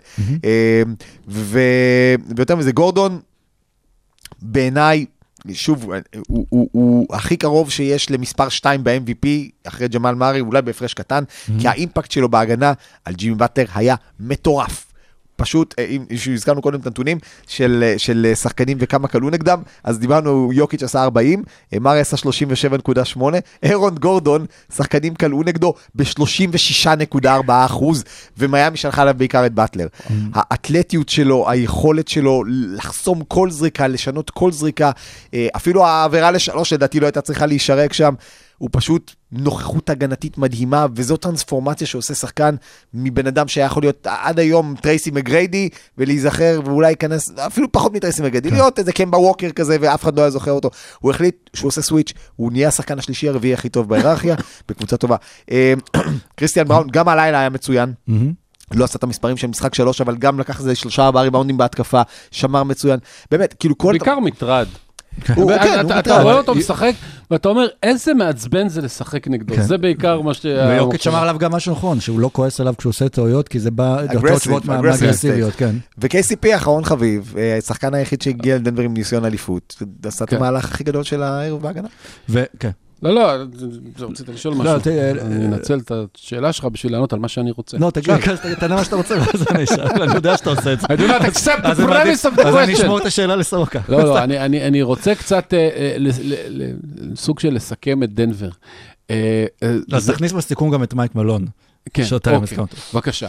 ויותר מזה, גורדון, בעיניי, שוב, הוא הכי קרוב שיש למספר 2 ב-MVP, אחרי ג'מאל מארי, אולי בהפרש קטן, כי האימפקט שלו בהגנה על ג'ימי באטלר היה מטורף. פשוט, אם הזכרנו קודם את הנתונים של שחקנים וכמה קלו נגדם, אז דיברנו, יוקיץ' עשה 40, מארי עשה 37.8, אירון גורדון, שחקנים קלו נגדו ב-36.4%, ומיאמי שלחה עליו בעיקר את באטלר. האתלטיות שלו, היכולת שלו לחסום כל זריקה, לשנות כל זריקה, אפילו העבירה לשלוש, לדעתי לא הייתה צריכה להישרק שם, הוא פשוט נוכחות הגנתית מדהימה, וזו טרנספורמציה שעושה שחקן מבן אדם שהיה יכול להיות עד היום טרייסי מגריידי, ולהיזכר ואולי ייכנס, אפילו פחות מטרייסי מגריידי, להיות איזה קמבה ווקר כזה, ואף אחד לא היה זוכר אותו. הוא החליט שהוא עושה סוויץ', הוא נהיה השחקן השלישי הרביעי הכי טוב בהיררכיה, בקבוצה טובה. קריסטיאן בראון, גם הלילה היה מצוין. לא עשה את המספרים של משחק 3, אבל גם לקח איזה 3-4 ריבאונדים בהתקפה, שמר מצוין. באמת, כאילו כל... בעיקר מטרד. אתה רואה אותו משחק, ואתה אומר, איזה מעצבן זה לשחק נגדו. זה בעיקר מה ש... ויוקיץ' אמר עליו גם משהו נכון, שהוא לא כועס עליו כשהוא עושה טעויות, כי זה בא דעות שוות מהאגרסיביות, כן. ו-KCP האחרון חביב, השחקן היחיד שהגיע לדנבר עם ניסיון אליפות, עשה את המהלך הכי גדול של הערב בהגנה. וכן. לא, רצית לשאול משהו. אני אנצל את השאלה שלך בשביל לענות על מה שאני רוצה. לא, תענה מה שאתה רוצה, ואז אני אשאל, אני יודע שאתה עושה את זה. I do not accept the premise of the question. אז אני אשמור את השאלה לסורוקה. לא, אני רוצה קצת סוג של לסכם את דנבר. אז תכניס בסיכום גם את מייק מלון. כן, אוקיי, בבקשה.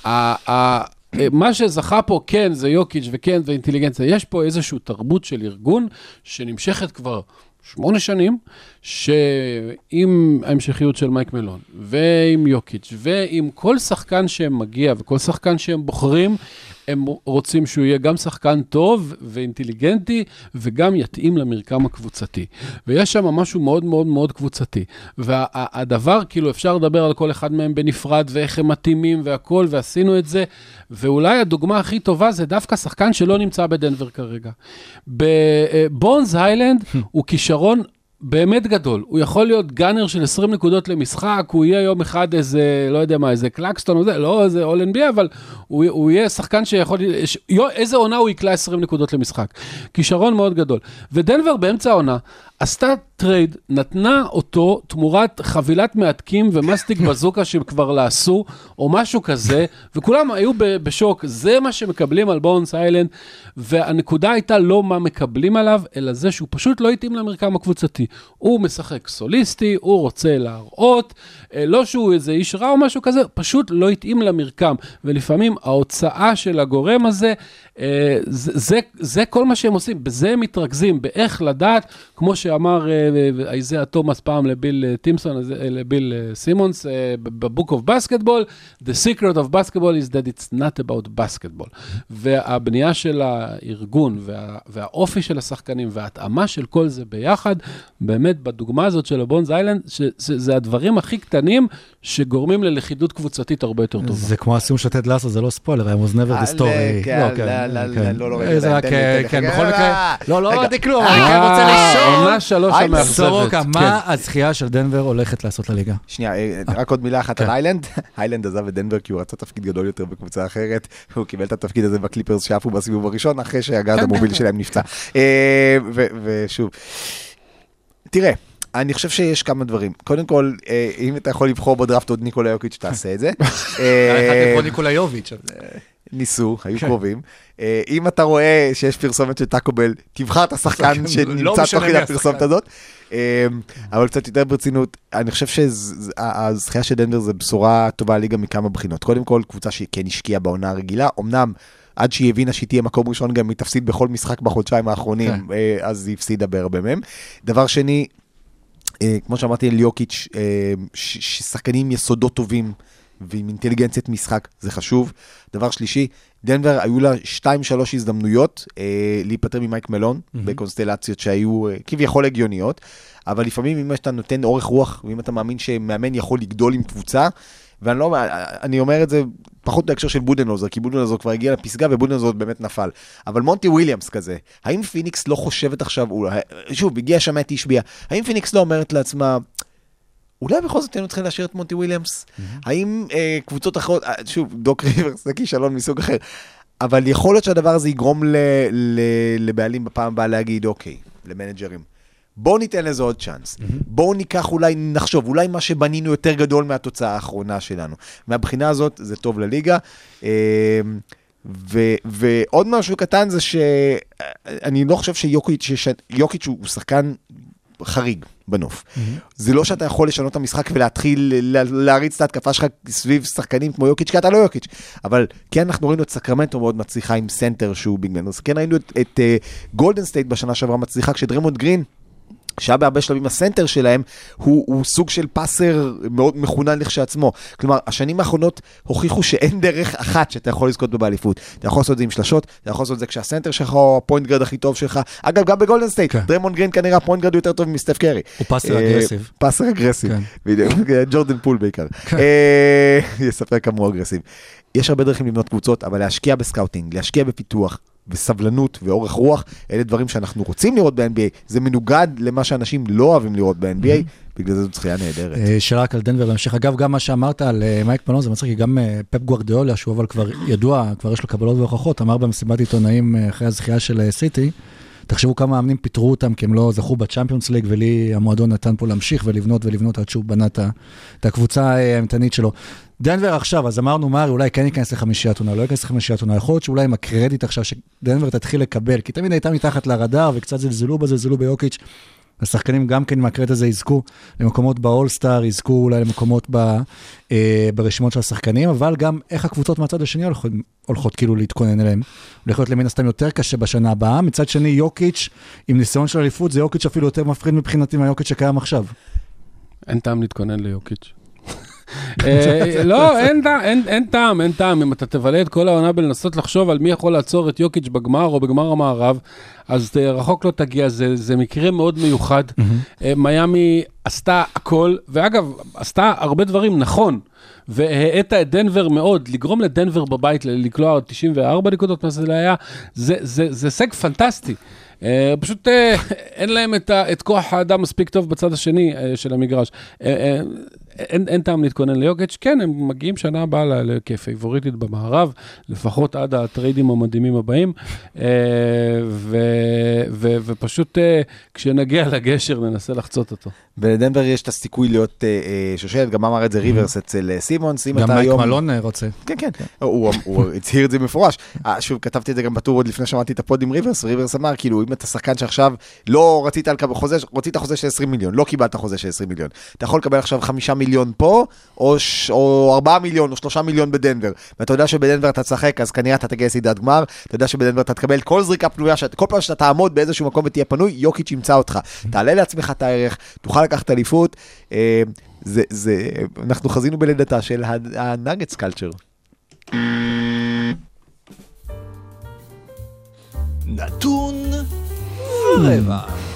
מה שזכה פה, כן, זה יוקיץ' וכן, זה אינטליגנציה. יש פה איזושהי תרבות של ארגון שנמשכת כבר 8 שנים, שעם ההמשכיות של מייק מלון, ועם יוקיץ', ועם כל שחקן שהם מגיע, וכל שחקן שהם בוחרים, הם רוצים שהוא יהיה גם שחקן טוב ואינטליגנטי, וגם יתאים למרקם הקבוצתי. ויש שם משהו מאוד מאוד מאוד קבוצתי. והדבר, כאילו אפשר לדבר על כל אחד מהם בנפרד, ואיך הם מתאימים והכל, ועשינו את זה, ואולי הדוגמה הכי טובה זה דווקא שחקן שלא נמצא בדנבר כרגע. בבונס איילנד הוא כישרון באמת גדול. הוא יכול להיות גאנר של 20 נקודות למשחק, הוא יהיה יום אחד איזה, לא יודע מה, איזה קלקסטון או זה, לא איזה All NBA, אבל הוא יהיה שחקן שיכול, איזה עונה הוא יקלה 20 נקודות למשחק. כישרון מאוד גדול. ודנבר באמצע העונה, עשתה טרייד, נתנה אותו תמורת חבילת מעתקים ומסטיק בזוקה שהם כבר לעשו, או משהו כזה, וכולם היו בשוק, זה מה שמקבלים על בונס איילנד, והנקודה הייתה לא מה מקבלים עליו, אלא זה שהוא פשוט לא התאים למרקם הקבוצתי. הוא משחק סוליסטי, הוא רוצה להראות, לא שהוא איזה איש רע או משהו כזה, פשוט לא התאים למרקם, ולפעמים ההוצאה של הגורם הזה, זה כל מה שהם עושים, בזה הם מתרכזים, באיך לדעת, כמו שאמר איזיה תומאס פעם לביל טימסון, לביל סימונס, בבוק אוף בסקטבול, the secret of basketball is that it's not about basketball. והבנייה של הארגון, והאופי של השחקנים, וההתאמה של כל זה ביחד, באמת בדוגמה הזאת של הבונס איילנד, שזה הדברים הכי קטנים, שגורמים ללכידות קבוצתית הרבה יותר טובה. זה כמו הסיום של טד לאסו, זה לא ספוילר, I was never the story. לא, כן, בכל מקרה, לא ראיתי כלום, אני כן רוצה לשאול. עונה 3 המאכזבת. סורוקה, מה הזכייה של דנבר הולכת לעשות לליגה? שנייה, רק עוד מילה אחת על איילנד. איילנד עזב את דנבר כי הוא רצה תפקיד גדול יותר בקבוצה אחרת, הוא קיבל את התפקיד הזה בקליפרס שעפו בסיבוב הראשון, אחרי שהגארד המוביל שלהם נפצע. ושוב, תראה, אני חושב שיש כמה דברים. קודם כל, אם אתה יכול לבחור בדראפט עוד ניקולה יוקיץ', תעשה את זה. אחד לבחור ניקולה יוביץ'. ניסו, היו קרובים. אם אתה רואה שיש פרסומת של טאקו בל, תבחר את השחקן שנמצא תוך כדי הפרסומת הזאת. אבל קצת יותר ברצינות, אני חושב שהזכייה של דנבר זה בשורה טובה ליגה מכמה בחינות. קודם כל, קבוצה שכן השקיעה בעונה הרגילה, אמנם עד שהיא הבינה שהיא תהיה מקום ראשון, גם היא תפסיד בכל משחק בחודשיים האחרונים, אז היא הפסידה בהרבה מהם. דבר שני, כמו שאמרתי על יוקיץ', ששחקנים יסודות טובים, ועם אינטליגנציית משחק, זה חשוב. דבר שלישי, דנבר היו לה 2-3 הזדמנויות להיפטר ממייק מלון, בקונסטלציות שהיו כביכול הגיוניות, אבל לפעמים אם אתה נותן אורך רוח, ואם אתה מאמין שמאמן יכול לגדול עם קבוצה, ואני אומר את זה פחות בהקשר של בודנלוזר, כי בודנלוזר כבר הגיע לפסגה, ובודנלוזר באמת נפל. אבל מונטי וויליאמס כזה, האם פיניקס לא חושבת עכשיו, שוב, הגיע שם את השביע, האם פיניקס לא אומרת לעצמה, אולי בכל זאת היינו צריכים להשאיר את מונטי וויליאמס? האם קבוצות אחרות, שוב, דוק ריברס, זה כישלון מסוג אחר, אבל יכול להיות שהדבר הזה יגרום לבעלים בפעם הבאה להגיד, אוקיי, למנג'רים, בואו ניתן לזה עוד צ'אנס. בואו ניקח, אולי נחשוב, אולי מה שבנינו יותר גדול מהתוצאה האחרונה שלנו. מהבחינה הזאת, זה טוב לליגה. ועוד משהו קטן זה שאני לא חושב שיוקיץ' הוא שחקן חריג בנוף. זה לא שאתה יכול לשנות את המשחק ולהתחיל להריץ את ההתקפה שלך סביב שחקנים כמו יוקיץ', כי אתה לא יוקיץ'. אבל כן, אנחנו ראינו את סקרמנטו מאוד מצליחה עם סנטר שהוא ביגמן. אז כן ראינו את גולדן סטייט בשנה שעברה מצליחה, כשדרמונד גרין, שהיה בהרבה שלבים הסנטר שלהם, הוא סוג של פאסר מאוד מכונן לכשעצמו. כלומר, השנים האחרונות הוכיחו שאין דרך אחת שאתה יכול לזכות באליפות. אתה יכול לעשות את זה עם שלשות, אתה יכול לעשות את זה כשהסנטר שלך הוא הפוינט גרד הכי טוב שלך. אגב, גם בגולדן סטייט, דרמונד גרין כנראה הפוינט גרד יותר טוב מסטף קרי. הוא פאסר אגרסיב. פאסר אגרסיב, בדיוק. ג'ורדן פול בעיקר. יספר כמה הוא אגרסיב. יש הרבה דרכים לבנות קבוצות, אבל להשקיע בסקאוטינג, להשקיע בפיתוח, וסבלנות ואורך רוח, אלה דברים שאנחנו רוצים לראות ב-NBA, זה מנוגד למה שאנשים לא אוהבים לראות ב-NBA, בגלל זה זו צחייה נהדרת. שאלה רק על דנבר להמשיך, אגב, גם מה שאמרת על מייק מלון, זה מצחיק, כי גם פפ גוארדיולה, שהוא אבל כבר ידוע, כבר יש לו קבלות והוכחות, אמר במסיבת עיתונאים אחרי הזכייה של סיטי, תחשבו כמה מאמנים פיתרו אותם, כי הם לא זכו בצ'אמפיונס ליג, ולי המועדון נתן פה להמשיך ולבנות עד שהוא בנה את הקבוצה האמתנית שלו. דנבר עכשיו, אז אמרנו, מרי, אולי כן ייכנס לחמישיית עונה, לא ייכנס לחמישיית עונה, יכול להיות שאולי עם הקרדיט עכשיו, שדנבר תתחיל לקבל, כי תמיד הייתה מתחת לרדאר, וקצת זלזלו ביוקיץ', השחקנים גם כן מהקרדיט הזה יזכו למקומות באולסטאר, יזכו אולי למקומות ברשימות של השחקנים, אבל גם איך הקבוצות מהצד השני הולכות כאילו להתכונן אליהם, הולך להיות למין הסתם יותר קשה בשנה הבאה, מצד שני יוקיץ' עם ניסיון של אליפות, זה יוקיץ' אפילו יותר מפחיד מבחינתי מהיוקיץ' שקיים עכשיו. אין טעם להתכונן ליוקיץ'. לא, אין טעם. אם אתה תבלה את כל העונה בלנסות לחשוב על מי יכול לעצור את יוקיץ' בגמר או בגמר המערב, אז רחוק לא תגיע, זה מקרה מאוד מיוחד. מיאמי עשתה הכל, ואגב, עשתה הרבה דברים נכון, והעטה את דנבר מאוד, לגרום לדנבר בבית לקלוע 94 נקודות, מה זה היה, זה הישג פנטסטי. פשוט אין להם את כוח האדם מספיק טוב בצד השני של המגרש. אין טעם להתכונן ליוקיץ', כן, הם מגיעים שנה הבאה כפייבוריטית במערב, לפחות עד הטריידים המדהימים הבאים, ופשוט כשנגיע לגשר ננסה לחצות אותו. בדנבר יש את הסיכוי להיות שושלת, גם אמר את זה ריברס אצל סימונס. גם מייק מלון רוצה. כן, כן, הוא הצהיר את זה במפורש. שוב, כתבתי את זה גם בטור עוד לפני שמעתי את הפוד עם ריברס, ריברס אמר, כאילו, אם אתה שחקן שעכשיו לא רצית רצית חוזה של 20 מיליון, לא קיבלת חוזה של 20 מיליון. אתה יכול לקבל עכשיו 5 מיליון פה, או 4 מיליון, או 3 מיליון בדנבר. ואתה יודע שבדנבר אתה תשחק, אז כנראה אתה תגיע לסדרת גמר, אתה יודע שבדנבר אתה תקבל כל זריקה פנויה, כל פעם שאתה תעמוד באיזשהו מקום ותהיה פנוי, יוקיץ' ימצא אותך. תעלה לעצמך את הערך, תוכל לקחת אליפות. אנחנו חזינו בלידתה של הנאגטס קלצ'ר. נתון ורבע.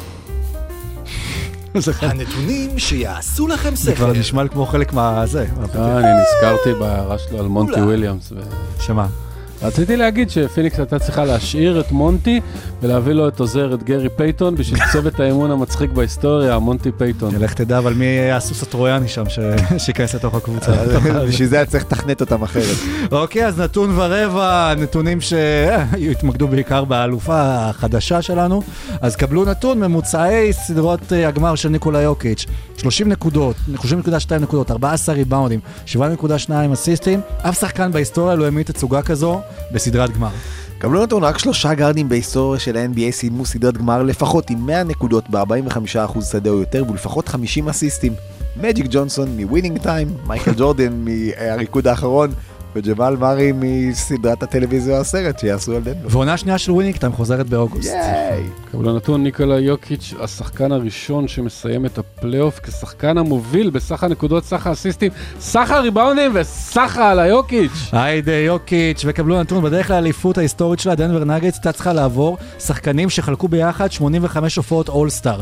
הנתונים שיעשו לכם ספר. זה כבר נשמע כמו חלק מהזה. אני נזכרתי בהערה שלו על מונטי וויליאמס. שמה? רציתי להגיד שפיניקס הייתה צריכה להשאיר את מונטי ולהביא לו את עוזר, את גרי פייטון, בשביל צוות האימון המצחיק בהיסטוריה, מונטי פייטון. לך תדע, אבל מי יהיה הסוס הטרויאני שם שיכנס לתוך הקבוצה? בשביל זה צריך לתכנת אותם אחרת. אוקיי, אז נתון ורבע, נתונים שהתמקדו בעיקר באלופה החדשה שלנו, אז קבלו נתון ממוצעי סדרות הגמר של ניקולה יוקיץ', 30 נקודות, 30.2 נקודות, 14 ריבאונדים, 7.2 אסיסטים, אף שחקן בהיסטוריה לא העמיד תצוגה כזו, בסדרת גמר. קבלו נתון, רק 3 גארדים בהיסטוריה של ה-NBA סיימו סדרת גמר לפחות עם 100 נקודות ב-45% שדה או יותר ולפחות 50 אסיסטים. מג'יק ג'ונסון מווינינג טיים, מייקל ג'ורדן מהריקוד האחרון וג'מאל מארי מסדרת הטלוויזיה הסרט שיעשו על דנבר. ועונה שנייה של ווינינג טיים חוזרת באוגוסט. ייי! קבלו נתון, ניקולה יוקיץ', השחקן הראשון שמסיים את הפלייאוף כשחקן המוביל בסך הנקודות, סך האסיסטים, סך הריבאונדים וסך על היוקיץ'. היידה יוקיץ', וקבלו נתון, בדרך כלל האליפות ההיסטורית שלה, דנבר נאגטס, הייתה צריכה לעבור שחקנים שחלקו ביחד 85 הופעות אול-סטאר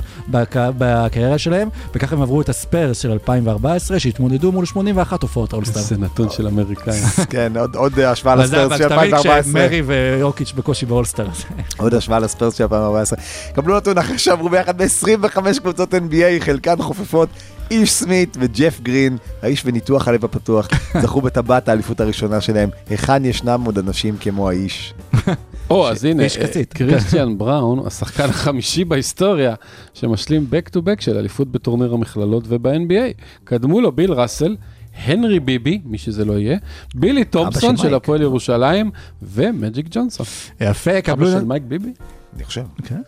בקריירה שלהם, וכך הם עברו את הספרס של 2014, שהתמודדו מול 81 הופעות אול-סטאר. זה נתון של אמריקאים. כן, עוד השוואה לספרס של 2014. כשמרי ויוקיץ' בקושי באול-סטאר. עוד השוואה לספרס של 2014. קבלו נתון, אחרי שעברו ביחד ב-25 קבוצות NBA, חלקן חופפות, איש סמית וג'ף גרין, האיש וניתוח הלב הפתוח, זכו בטבעת האליפות הראשונה שלהם. היכן ישנם עוד אנשים כמו האיש? אז הנה, קריסטיאן בראון, השחקן החמישי בהיסטוריה, שמשלים back to back של אליפות בטורניר המכללות וב-NBA. קדמו לו ביל ראסל, הנרי ביבי, מי שזה לא יהיה, בילי תומפסון של הפועל ירושלים, ומג'יק ג'ונסון. יפה, אבא של מייק ביבי? אני חושב.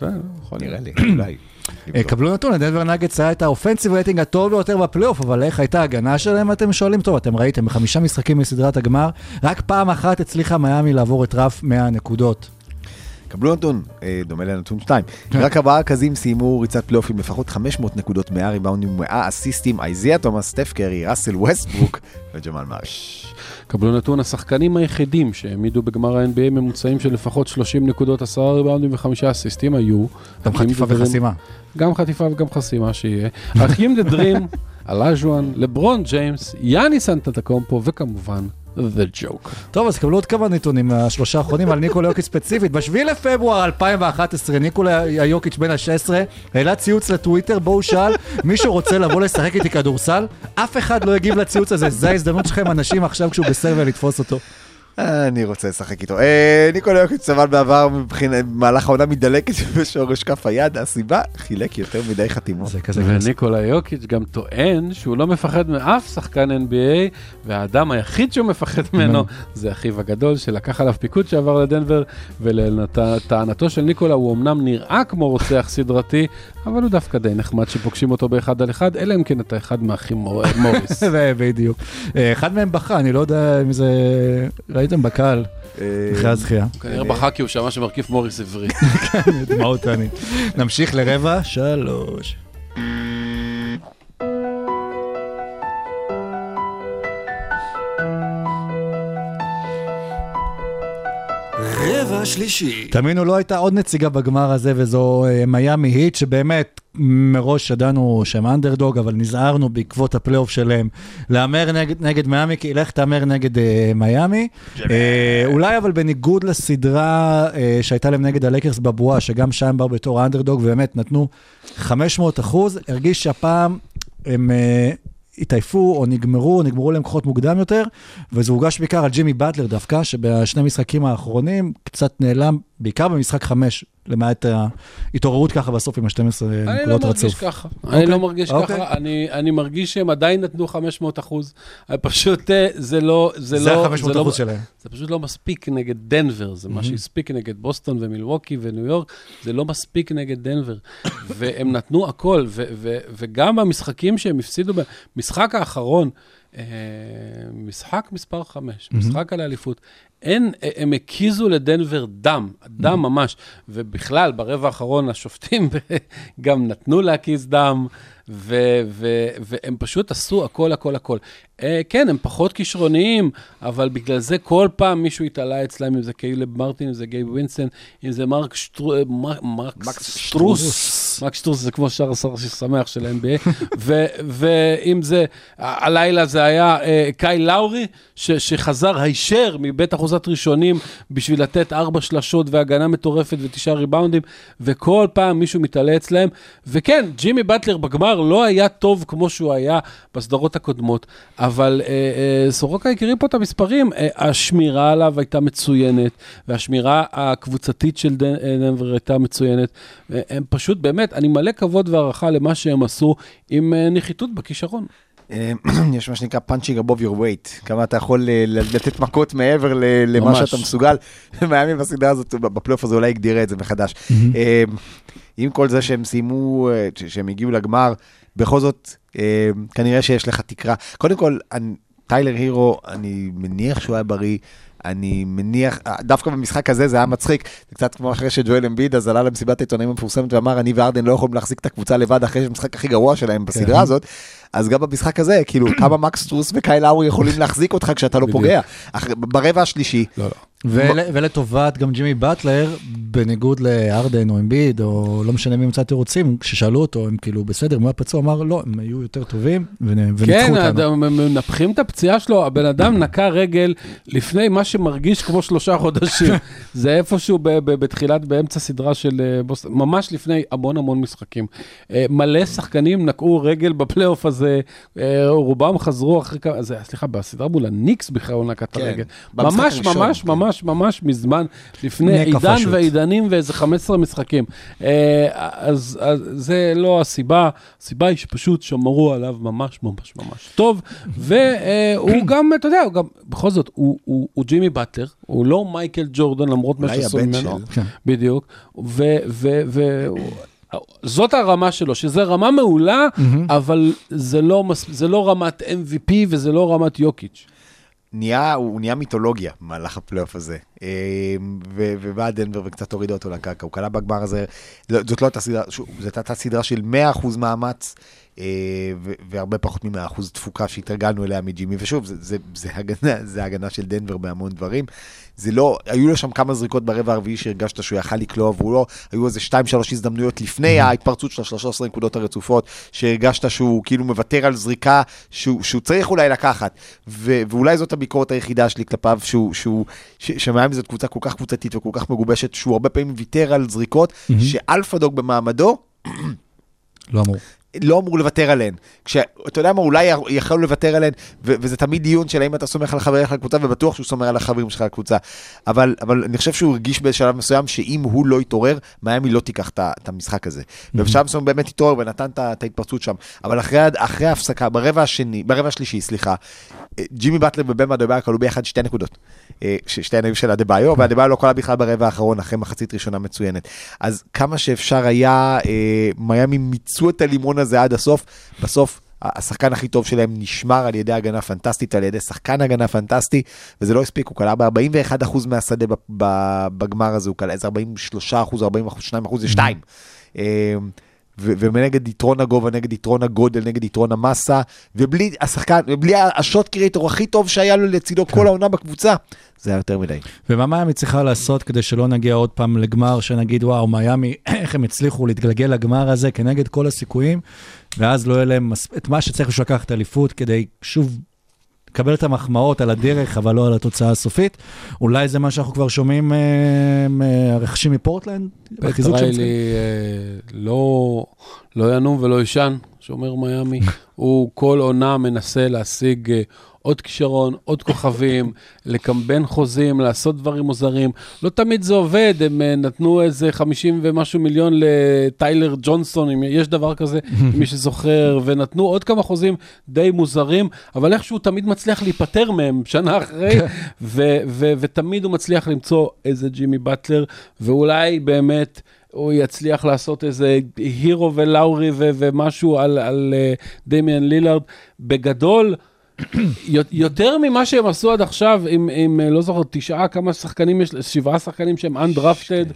נראה לי, אולי. קבלו נתון, לדנבר נאגטס היה את האופנסיב רייטינג הטוב ביותר בפלייאוף, אבל איך הייתה ההגנה שלהם, אתם שואלים? טוב, אתם ראיתם, ב5 משחקים מסדרת הגמר, רק פעם אחת הצליחה מיאמי לעבור את רף 100 נקודות. קבלו נתון, דומה לנתון 2. רק 4 רכזים סיימו ריצת פלייאוף עם לפחות 500 נקודות, 100 ריבאונדים ו100 אסיסטים, איזיה תומאס, סטף קרי, ראסל ווסטברוק וג'מאל מארי. קבלו נתון, השחקנים היחידים שהעמידו בגמר ה-NBA ממוצעים של לפחות 30 נקודות, 10 ריבאונדים ו5 אסיסטים היו... גם חטיפה וחסימה. גם חטיפה וגם חסימה שיהיה. אחים דה דרים, אלאז'ואן, לברון ג'יימס, יאניס אנטטוקומפו וכמובן... The Joke. טוב, אז קבלו עוד כמה נתונים, 3 האחרונים על ניקולה יוקיץ' ספציפית. ב7 לפברואר 2011, ניקולה יוקיץ' בן ה-16, העלה ציוץ לטוויטר, בו הוא שאל, מישהו רוצה לבוא לשחק איתי כדורסל? אף אחד לא הגיב לציוץ הזה, זה ההזדמנות שלכם, אנשים עכשיו כשהוא בסרבר לתפוס אותו. אני רוצה לשחק איתו. ניקולה יוקיץ' סבל בעבר במהלך העונה מדלקת בשורש כף היד, הסיבה חילק יותר מדי חתימות. וניקולה יוקיץ' גם טוען שהוא לא מפחד מאף שחקן NBA, והאדם היחיד שהוא מפחד ממנו זה אחיו הגדול שלקח עליו פיקוד שעבר לדנבר, ולטענתו של ניקולה הוא אמנם נראה כמו רוצח סדרתי, אבל הוא דווקא די נחמד שפוגשים אותו באחד על אחד, אלא אם כן אתה אחד מהאחים מוריס. בדיוק. אחד מהם בכה, אני לא יודע אם זה... ראיתם בקהל, אחרי הזכייה. כנראה בכה כי הוא שמע שמרכיף מוריס עברי. דמעות אני. נמשיך לרבע 3. רבע שלישי. תאמינו, לא הייתה עוד נציגה בגמר הזה, וזו מיאמי היט, שבאמת מראש ידענו שהם אנדרדוג, אבל נזהרנו בעקבות הפלייאוף שלהם להמר נגד מיאמי, כי לך תאמר נגד מיאמי. אולי אבל בניגוד לסדרה שהייתה להם נגד הלקרס בבועה, שגם שם באו בתור האנדרדוג, ובאמת נתנו 500%, הרגיש שהפעם הם... התעייפו או נגמרו להם כוחות מוקדם יותר, וזה הוגש בעיקר על ג'ימי באטלר דווקא, שבשני משחקים האחרונים קצת נעלם, בעיקר במשחק 5, למעט ההתעוררות ככה בסוף עם ה-12 נקודות רצוף. אני לא מרגיש ככה, אני מרגיש שהם עדיין נתנו 500%, פשוט זה לא... זה ה-500% שלהם. זה פשוט לא מספיק נגד דנבר, זה מה שהספיק נגד בוסטון ומילווקי וניו יורק, זה לא מספיק נגד דנבר, והם נתנו הכל, וגם במשחקים שהם הפסידו, במשחק האחרון, משחק מספר 5, משחק על האליפות, הם הקיזו לדנבר דם ממש, ובכלל ברבע האחרון השופטים גם נתנו להקיז דם, והם פשוט עשו הכל. כן, הם פחות כישרוניים, אבל בגלל זה כל פעם מישהו התעלה אצלם, אם זה קיילב מרטין, אם זה גייב וינסן, אם זה מקס שטרוס, מקס שטרוס זה כמו שר שמח של ה-NBA, ואם זה, הלילה זה היה קאי לאורי, שחזר הישר מבית אחוזת ראשונים, בשביל לתת 4 שלשות והגנה מטורפת ו9 ריבאונדים, וכל פעם מישהו מתעלה אצלם, וכן, ג'ימי באטלר בגמר לא היה טוב כמו שהוא היה בסדרות הקודמות, אבל סורוקה הכירים פה את המספרים, השמירה עליו הייתה מצוינת, והשמירה הקבוצתית של דנבר הייתה מצוינת, הם פשוט באמת, אני מלא כבוד והערכה למה שהם עשו עם נחיתות בכישרון. יש מה שנקרא punching above your weight, כמה אתה יכול לתת מכות מעבר למה שאתה מסוגל. מיאמי בסדרה הזאת, בפלייאוף הזה אולי הגדירה את זה מחדש. עם כל זה שהם סיימו, שהם הגיעו לגמר, בכל זאת, כנראה שיש לך תקרה. קודם כל, טיילר הירו, אני מניח שהוא היה בריא, אני מניח, דווקא במשחק הזה זה היה מצחיק, זה קצת כמו אחרי שג'ואל אמביד, אז עלה למסיבת העיתונאים המפורסמת ואמר, אני וארדן לא יכולים להחזיק את הקבוצה לבד אחרי המשחק הכי גרוע שלהם בסדרה הזאת, אז גם במשחק הזה, כאילו, כמה מקס סטרוס וקייל לאורי יכולים להחזיק אותך כשאתה לא פוגע. ברבע השלישי. ולטובת גם ג'ימי באטלר, בניגוד לארדן או אמביד, או לא משנה מי מצא תירוצים, כששאלו אותו, הם כאילו בסדר, מה פצוע? אמר, לא, הם היו יותר טובים, וניצחו אותנו. כן, מנפחים את הפציעה שלו, הבן אדם נקע רגל לפני מה שמרגיש כמו 3 חודשים. זה איפשהו בתחילת, באמצע סדרה של בוסטון, ממש לפני המון משחקים. מלא שחקנים נקעו רגל בפלייאוף הזה, רובם חזרו אחרי כמה, סליחה, בסדרה מול הניקס בכלל הוא נקע את הרגל. ממש מזמן, לפני עידן ועידנים ואיזה 15 משחקים. אז זה לא הסיבה, הסיבה היא שפשוט שמרו עליו ממש טוב, והוא גם, אתה יודע, בכל זאת, הוא ג'ימי באטלר, הוא לא מייקל ג'ורדן, למרות מה שעשו ממנו, בדיוק, זאת הרמה שלו, שזה רמה מעולה, אבל זה לא רמת MVP וזה לא רמת יוקיץ'. הוא נהיה מיתולוגיה במהלך הפלייאוף הזה, ובא דנבר וקצת הוריד אותו לקרקע, הוא קלה בגמר הזה, זאת לא הייתה סדרה, זאת הייתה סדרה של 100% מאמץ, והרבה פחות מ100% תפוקה שהתרגלנו אליה מג'ימי, ושוב, זה הגנה של דנבר בהמון דברים, זה לא, היו לו שם כמה זריקות ברבע הרביעי שהרגשת שהוא יכל לקלוע, והוא לא, היו איזה 2-3 הזדמנויות לפני ההתפרצות של 13 נקודות הרצופות, שהרגשת שהוא כאילו מוותר על זריקה, שהוא צריך אולי לקחת, ואולי זאת הביקורת היחידה שלי כלפיו, שמיים זאת קבוצה כל כך קבוצתית וכל כך מגובשת, שהוא הרבה פעמים ויתר על זריקות, שאלפה דוג במעמדו, לא אמור לוותר עליהן. אתה יודע מה, אולי יכול לוותר עליהן, וזה תמיד דיון של האם אתה סומך על חבריך לקבוצה, ובטוח שהוא סומך על החברים שלך לקבוצה. אבל אני חושב שהוא הרגיש בשלב מסוים, שאם הוא לא יתעורר, מיאמי לא תיקח את המשחק הזה. ובשלב מסוים באמת יתעורר, ונתן את ההתפרצות שם. אבל אחרי ההפסקה, ברבע השלישי, ג'ימי באטלר ובן אדבאיו קלו ביחד 2 נקודות. שתי הנבים של אדבאיו, ואדבאיו לא קלה בכלל ברבע האחרון, אחרי מחצית ראשונה מצוינת. אז כמה שאפשר היה, מיאמי מיצו את הלימון הזה עד הסוף, בסוף השחקן הכי טוב שלהם נשמר על ידי הגנה פנטסטית, על ידי שחקן הגנה פנטסטי, וזה לא הספיק, הוא קלה ב-41% מהשדה בגמר הזה, הוא קלה איזה 43%, 42%, זה 2. ומנגד יתרון הגובה, נגד יתרון הגודל, נגד יתרון המסה, ובלי השחקן, ובלי השוט קריאטור הכי טוב שהיה לו לצידו כל העונה בקבוצה, זה היה יותר מדי. ומה מיאמי צריכה לעשות כדי שלא נגיע עוד פעם לגמר, שנגיד, וואו, מיאמי, איך הם הצליחו להתגלגל לגמר הזה כנגד כל הסיכויים, ואז לא יהיה להם את מה שצריך לשכח את האליפות, כדי שוב לקבל את המחמאות על הדרך, אבל לא על התוצאה הסופית. אולי זה מה שאנחנו כבר שומעים הרכשים מפורטלנד? פטריילי לא ינום ולא ישן, שאומר מיאמי. הוא כל עונה מנסה להשיג עוד כישרון, עוד כוכבים, לקמבן חוזים, לעשות דברים מוזרים. לא תמיד זה עובד, הם נתנו איזה 50 ומשהו מיליון לטיילר ג'ונסון, אם יש דבר כזה, מי שזוכר, ונתנו עוד כמה חוזים די מוזרים, אבל איכשהו תמיד מצליח להיפטר מהם שנה אחרי, ותמיד הוא מצליח למצוא איזה ג'ימי באטלר, ואולי באמת הוא יצליח לעשות איזה הירו ולאורי ומשהו על דמיאן לילארד. בגדול, יותר ממה שהם עשו עד עכשיו, עם לא זוכר, 9, כמה שחקנים יש, 7 שחקנים שהם undrafted,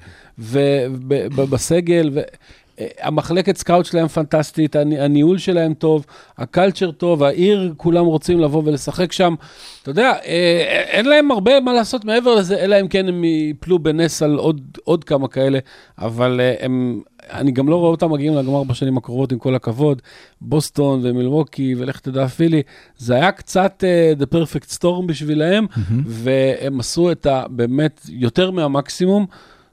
ובסגל, המחלקת סקאוט שלהם פנטסטית, הניהול שלהם טוב, הקלצ'ר טוב, העיר, כולם רוצים לבוא ולשחק שם. אתה יודע, אין להם הרבה מה לעשות מעבר לזה, אלא אם כן הם יפלו בנס על עוד כמה כאלה, אבל אני גם לא רואה אותם מגיעים לגמר בשנים הקרובות עם כל הכבוד, בוסטון ומילווקי ולך תדע פילי, זה היה קצת the perfect storm בשבילהם, והם עשו את באמת יותר מהמקסימום,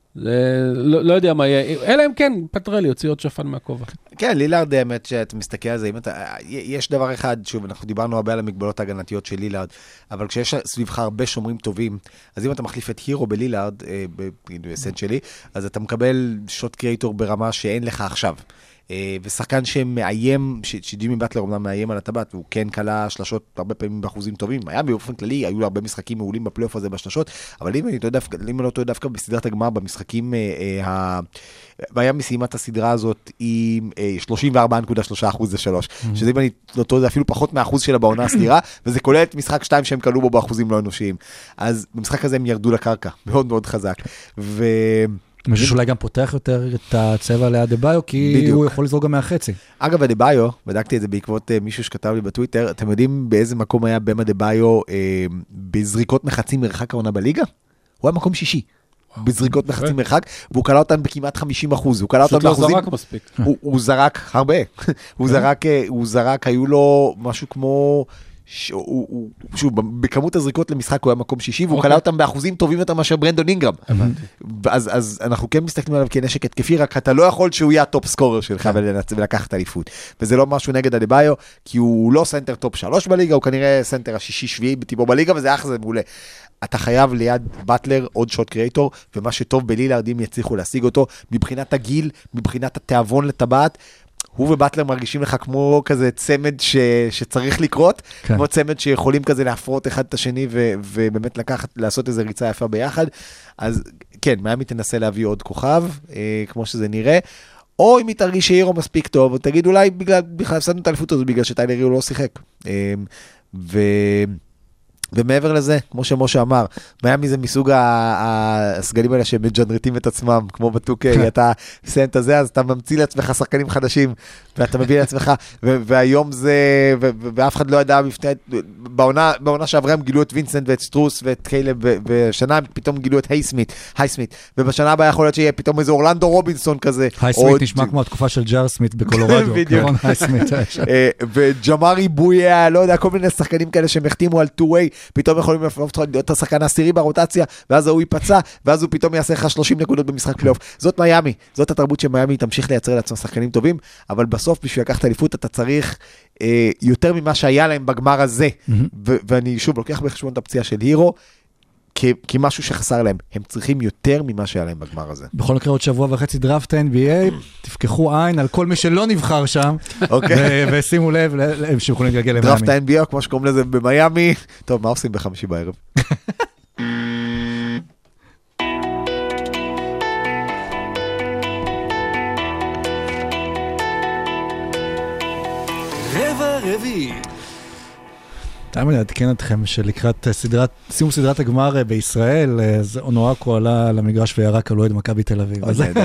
לא יודע מה יהיה, אלא אם כן, פטרלי, יוציא עוד שפן מהכובע. כן, לילארד האמת שאתה מסתכל על זה, יש דבר אחד, שוב, אנחנו דיברנו הרבה על המגבלות ההגנתיות של לילארד, אבל כשיש סביבך הרבה שומרים טובים, אז אם אתה מחליף את הירו בלילארד, בסנט שלי, אז אתה מקבל שוט קריאטור ברמה שאין לך עכשיו. ושחקן שמאיים, שג'ימי באטלר אומנם מאיים על הטבעת, והוא כן קלה שלשות הרבה פעמים באחוזים טובים, היה באופן כללי, היו לו הרבה משחקים מעולים בפלייאוף הזה בשלשות, אבל אם אני לא טועה דווקא בסדרת הגמר, במשחקים, מיאמי סיימה את הסדרה הזאת עם 34.3% זה 3, שזה אם אני לא טועה, זה אפילו פחות מהאחוז שלה בעונה הסדירה, וזה כולל את משחק 2 שהם קלו בו באחוזים לא אנושיים. אז במשחק הזה הם ירדו לקרקע, מאוד מאוד חזק. משהו שאולי גם פותח יותר את הצבע ליד דבאיו, כי הוא יכול לזרוק גם מהחצי. אגב, דבאיו, בדקתי את זה בעקבות מישהו שכתב לי בטוויטר, אתם יודעים באיזה מקום היה במה דבאיו בזריקות מחצי מרחק העונה בליגה? הוא היה מקום 6. בזריקות מחצי מרחק, והוא קלה אותן בכמעט 50%. הוא קלה אותן באחוזים. פשוט לא זרק מספיק. הוא זרק הרבה. הוא זרק, היו לו משהו כמו... שוב, בכמות הזריקות למשחק הוא היה מקום 6, והוא קלה אותם באחוזים טובים יותר מאשר ברנדון אינגרם. אז אנחנו כן מסתכלים עליו כנשק התקפי, רק אתה לא יכול שהוא יהיה הטופ סקורר שלך ולקחת אליפות. וזה לא משהו נגד אדבאיו, כי הוא לא סנטר טופ 3 בליגה, הוא כנראה סנטר השישי-שביעי בטיבו בליגה, וזה אחלה, זה מעולה. אתה חייב ליד באטלר עוד שוט קריאטור, ומה שטוב בלילארד אם יצליחו להשיג אותו, מבחינת הגיל, מבחינת התיאבון לטבעת, הוא ובטלר מרגישים לך כמו כזה צמד שצריך לקרות, כן. כמו צמד שיכולים כזה להפרות אחד את השני, ובאמת לעשות איזו ריצה יפה ביחד. אז כן, מיאמי תנסה להביא עוד כוכב, כמו שזה נראה, או אם היא תרגיש שהירו מספיק טוב, או תגיד אולי בכלל הפסדנו את האליפות הזו, בגלל שטיילר הירו לא שיחק. ומעבר לזה, כמו שמשה אמר, מיאמי זה מסוג הסגלים האלה שמג'נרטים את עצמם, כמו בטוקי, אתה מסיים את זה, אז אתה ממציא לעצמך שחקנים חדשים, ואתה מביא לעצמך, והיום זה, ואף אחד לא ידע, בעונה שעברה הם גילו את וינסנט ואת סטרוס ואת קיילב, ושנה הם פתאום גילו את הייסמית, ובשנה הבאה יכול להיות שיהיה פתאום איזה אורלנדו רובינסון כזה. הייסמית נשמע כמו התקופה של ג'אר סמית בקולורדו. בדיוק. וג'מארי בויה, לא יודע, כל מיני שחקנים כאלה שמחתימו על 2-way, פתאום יכולים להיות השחקן העשירי ברוטציה, ואז הוא ייפצע, ואז הוא פתאום יעשה לך 30 נקודות במשחק פלייאוף. זאת מיאמי, זאת התרבות שמיאמי תמשיך לייצר לעצמם שחקנים טובים, אבל בסוף בשביל לקחת אליפות אתה צריך יותר ממה שהיה להם בגמר הזה, ואני שוב לוקח בחשבון את הפציעה של הירו, כמשהו שחסר להם. הם צריכים יותר ממה שהיה להם בגמר הזה. בכל מקרה עוד שבוע וחצי דראפט NBA, תפקחו עין על כל מי שלא נבחר שם, ושימו לב שהם יכולים לגלגל למיאמי. דראפט NBA, כמו שקוראים לזה במיאמי. טוב, מה עושים בחמישי בערב? רבע רביעי. תאמין לי, אתקן אתכם שלקראת סיום סדרת הגמר בישראל, אז אונואקו עלה למגרש וירק על אוהד מכבי תל אביב.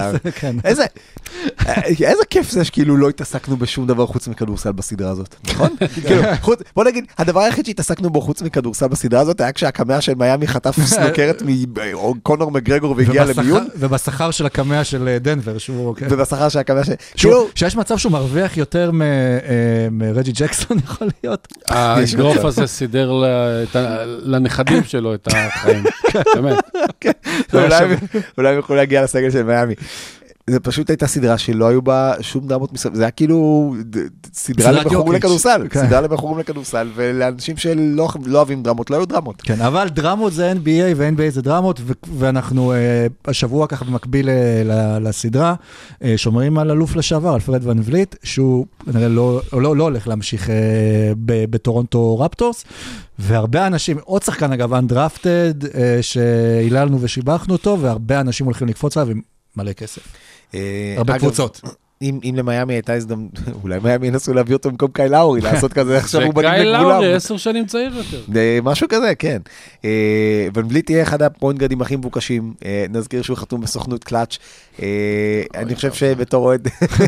איזה כיף זה שכאילו לא התעסקנו בשום דבר חוץ מכדורסל בסדרה הזאת, נכון? בוא נגיד, הדבר היחיד שהתעסקנו בו חוץ מכדורסל בסדרה הזאת, היה כשהקמע של מיאמי חטף סנוקרת מקונור מגרגור והגיע למיון. ובשכר של הקמע של דנבר. ובשכר של הקמע של... שיש מצב שהוא מרוויח יותר מרג'י ג'קסון יכול להיות. האגרוף הזה סידר לנכדים שלו את החיים. באמת. אולי הם יכולו להגיע לסגל של מיאמי. זה פשוט הייתה סדרה שלא היו בה שום דרמות מסביב, זה היה כאילו סדרה למכורים לכדורסל, סדרה למכורים לכדורסל, ולאנשים שלא אוהבים דרמות, לא היו דרמות. כן, אבל דרמות זה NBA, ו-NBA זה דרמות, ואנחנו השבוע ככה במקביל לסדרה, שומרים על אלוף לשעבר, על פרד ון וליט, שהוא לא הולך להמשיך בטורונטו רפטורס, והרבה אנשים, עוד שחקן אגב, אנדרפטד, שהיללנו ושיבחנו אותו, והרבה אנשים הולכים לקפוץ עליו, מלא כסף. הרבה קבוצות. אם למיאמי הייתה הזדמנות, אולי מיאמי ינסו להביא אותו במקום קייל לאורי, לעשות כזה, עכשיו הוא בנים קייל לכולם. לאורי, 10 שנים צעיר יותר. משהו כזה, כן. ון וליט תהיה אחד הפוינט גארדים הכי מבוקשים, נזכיר שהוא חתום בסוכנות קלאץ'. אני חושב שבתור אוהד...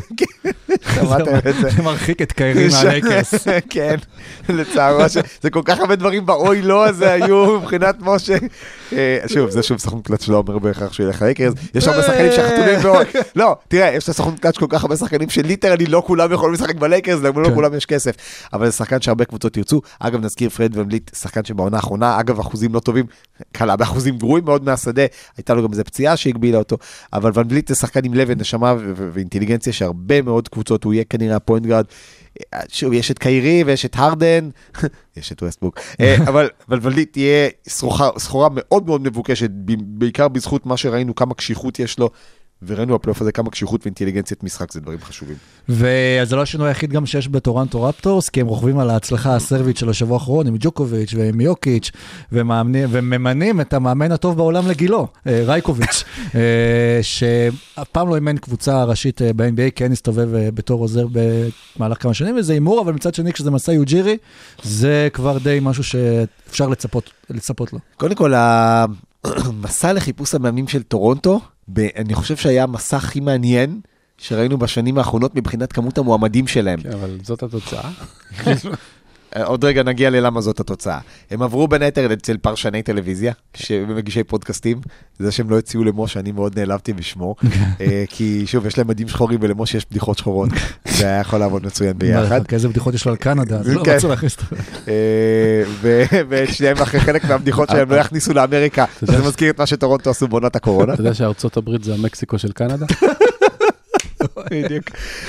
זה מרחיק את קיירי מהלייקרס. כן, לצערו, זה כל כך הרבה דברים באוי לא הזה היו מבחינת משה. שוב, זה שוב סוכנות קלאץ' לא אומר בהכרח שהוא ילך לייקרס. יש הרבה שחקנים שהחתונים מאוד. לא, תראה, יש לסוכנות קלאץ' כל כך הרבה שחקנים שליטרלי לא כולם יכולים לשחק בלייקרס, לא כולם יש כסף. אבל זה שחקן שהרבה קבוצות ירצו. אגב, נזכיר פרד ון וליט, שחקן שבעונה האחרונה, אגב, אחוזים לא טובים, קלה באחוזים גרועים מאוד מהשדה, הייתה לו גם איזה פציעה שהגבילה אותו, אבל ון וליט זה שחקן עם לב ונשמה ואינטליגנציה שהרבה מאוד קבוצות, הוא יהיה כנראה הפוינט גארד. שוב, יש את קיירי ויש את הרדן, יש את ווסטברוק, אבל ון וליט תהיה סחורה מאוד מאוד מבוקשת, בעיקר בזכות מה שראינו, כמה קשיחות יש לו, וראינו בפלייאוף הזה כמה קשיחות ואינטליגנציית משחק, זה דברים חשובים. וזה לא השינוי היחיד גם שיש בטורנטו רפטורס, כי הם רוכבים על ההצלחה הסרבית של השבוע האחרון, עם ג'וקוביץ' ועם יוקיץ', וממנים את המאמן הטוב בעולם לגילו, רייקוביץ', שאף פעם לא אימן קבוצה ראשית ב-NBA, כן הסתובב בתור עוזר במהלך כמה שנים, וזה אימור, אבל מצד שני, כשזה מסע יוג'ירי, זה כבר די משהו שאפשר לצפות לו. קודם כל, המסע לחיפוש המאמנים של טורונטו, אני חושב שהיה המסע הכי מעניין שראינו בשנים האחרונות מבחינת כמות המועמדים שלהם. כן, אבל זאת התוצאה. עוד רגע נגיע ללמה זאת התוצאה. הם עברו בין היתר אצל פרשני טלוויזיה, מגישי פודקאסטים, זה שהם לא הציעו למוש, אני מאוד נעלבתי בשמו, כי שוב, יש להם מדים שחורים ולמוש יש בדיחות שחורות, זה היה יכול לעבוד מצוין ביחד. איזה בדיחות יש לו על קנדה, אז לא רצו להכניס אותו. ושניהם אחרי חלק מהבדיחות שהם לא יכניסו לאמריקה, זה מזכיר את מה שטורונטו עשו בעונת הקורונה. אתה יודע שארצות הברית זה המקסיקו של קנדה? בדיוק.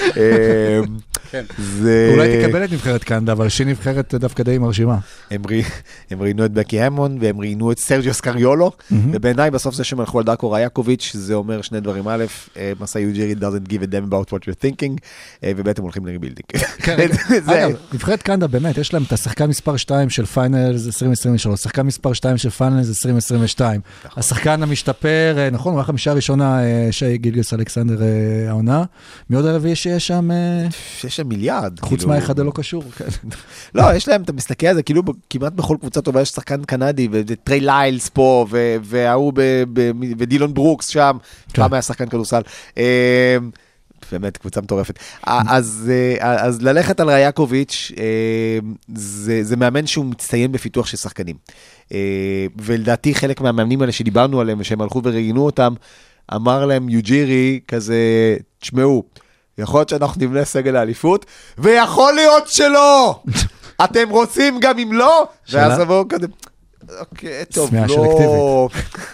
אולי תקבל את נבחרת קנדה, אבל שהיא נבחרת דווקא די מרשימה. הם ראינו את בקי המון, והם ראינו את סרג'יו סקריולו, ובעיניי בסוף זה שהם הלכו על דאקו רייקוביץ', זה אומר שני דברים. א', מסע יוג'ירי doesn't give a damn about what you're thinking, וב' הם הולכים לריבילדינג. אגב, נבחרת קנדה באמת, יש להם את השחקן מספר 2 של פיינלס 2023, שחקן מספר 2 של פיינלס 2022. השחקן המשתפר, נכון, הוא היה חמישה ראשונה שגילגס אלכסנדר העונה. מי עוד הרביעי שיש שם? יש שם מיליארד. חוץ מהאחד הלא קשור. לא, יש להם, אתה מסתכל על זה, כאילו כמעט בכל קבוצה טובה יש שחקן קנדי, וטרי ליילס פה, והוא ודילון ברוקס שם, פעם היה שחקן כדורסל. באמת, קבוצה מטורפת. אז ללכת על רייקוביץ', זה מאמן שהוא מצטיין בפיתוח של שחקנים. ולדעתי חלק מהמאמנים האלה שדיברנו עליהם, ושהם הלכו וראיינו אותם, אמר להם יוג'ירי כזה, תשמעו, יכול להיות שאנחנו נבנה סגל האליפות, ויכול להיות שלא! אתם רוצים גם אם לא? ואז עבור כזה, אוקיי, טוב, לא...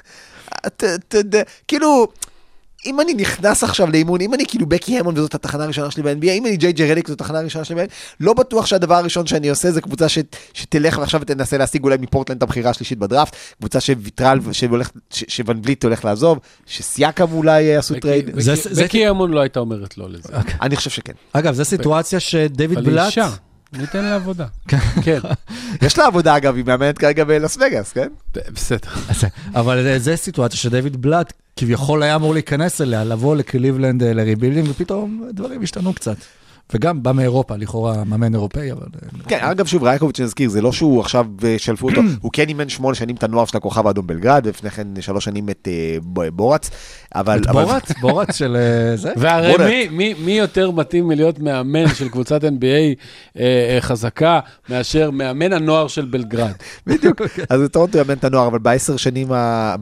כאילו, אם אני נכנס עכשיו לאימון, אם אני כאילו בקי המון וזאת התחנה הראשונה שלי ב-NBA, אם אני ג'יי רדיק וזאת התחנה הראשונה שלי ב-NBA, לא בטוח שהדבר הראשון שאני עושה זה קבוצה שתלך ועכשיו ותנסה להשיג אולי מפורטלנד את הבחירה השלישית בדראפט, קבוצה שוויטרל, שוון וליט הולך לעזוב, שסייקם אולי יעשו טרייד. בקי המון לא הייתה אומרת לא לזה. אני חושב שכן. אגב, זו סיטואציה שדייוויד בלאט... ניתן לה עבודה. כן. יש לה עבודה, אגב, היא מאמנת כרגע בלאס וגאס, כן? בסדר. אבל זו סיטואציה שדייוויד בלאט כביכול היה אמור להיכנס אליה, לבוא לקליבלנד לריבילדינג, ופתאום דברים השתנו קצת. וגם בא מאירופה, לכאורה מאמן אירופאי, אבל... כן, אגב שוב, רייקוביץ' נזכיר, זה לא שהוא עכשיו שלפו אותו, הוא כן אימן 8 שנים את הנוער של הכוכב האדום בלגרד, ולפני כן 3 שנים את בורץ, אבל... את בורץ? בורץ של זה? והרי מי יותר מתאים מלהיות מאמן של קבוצת NBA חזקה, מאשר מאמן הנוער של בלגרד? בדיוק, אז טורונטו יאמן את הנוער, אבל ב10 שנים,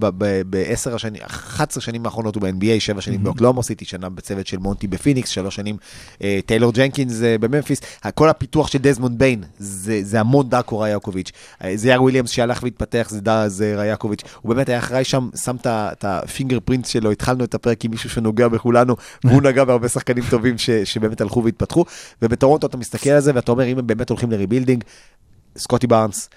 ב-11 שנים האחרונות הוא ב-NBA, 7 שנים באוקלהומה סיטי, שנה בצוות של מונטי בפיניקס, 3 שנים טיילור ג'נקינס בממפיס, כל הפיתוח של דזמונד ביין, זה המון דאקו רייקוביץ'. זה היה וויליאמס שהלך והתפתח, זה רייקוביץ'. הוא באמת היה אחראי שם, שם את הפינגר פרינט שלו, התחלנו את הפרק עם מישהו שנוגע בכולנו, והוא נגע בהרבה שחקנים טובים שבאמת הלכו והתפתחו, ובטורונטו אתה מסתכל על זה, ואתה אומר, אם הם באמת הולכים לריבילדינג, סקוטי בארנס,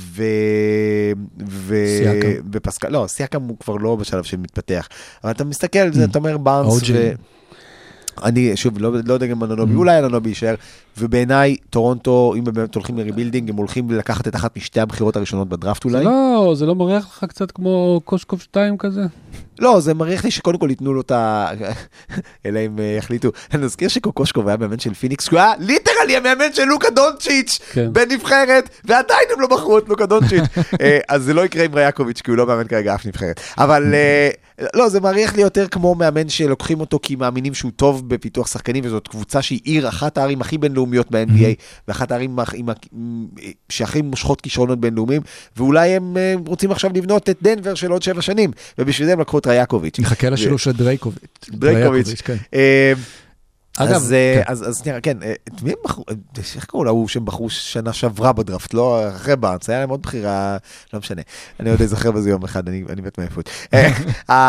ופסקל, לא, סייקם הוא כבר לא בשלב שמתפתח, אבל אתה מסתכל על זה, אתה אומר בארנס אני שוב, לא יודע גם אננובי, אולי אננובי יישאר, ובעיניי טורונטו, אם באמת הולכים לריבילדינג, הם הולכים לקחת את אחת משתי הבחירות הראשונות בדראפט אולי. זה לא מריח לך קצת כמו קושקוב 2 כזה? לא, זה מריח לי שקודם כל ייתנו לו את ה... אלא אם יחליטו. אני נזכיר שקוקושקוב היה מאמן של פיניקס, הוא היה ליטרלי המאמן של לוקה דונצ'יץ' בנבחרת, ועדיין הם לא בחרו את לוקה דונצ'יץ'. אז זה לא יקרה עם רייקוביץ', כי הוא לא מאמן כרגע אף נבחרת. אבל לא, זה מריח לי יותר כמו מאמן שלוקחים אותו כי מאמינים שהוא טוב בפיתוח שחקנים, וזאת קבוצה שהיא עיר, אחת הערים הכי בינלאומיות ב-NBA, ואחת הערים שהכי מושכות כישרונות בינלאומיים, ואולי הם רוצים עכשיו לבנות את דנבר של עוד 7 שנים, ובשביל זה הם לקחו את רייקוביץ'. נחכה לשילוב של דרייקוביץ'. דרייקוביץ', כן. אז נראה, כן, מי הם בחרו, איך קראו לה, הוא שהם בחרו שנה שעברה בדראפט, לא אחרי בארנס, היה להם עוד בחירה, לא משנה, אני עוד אזכר בזה יום אחד, אני מת מעייפות.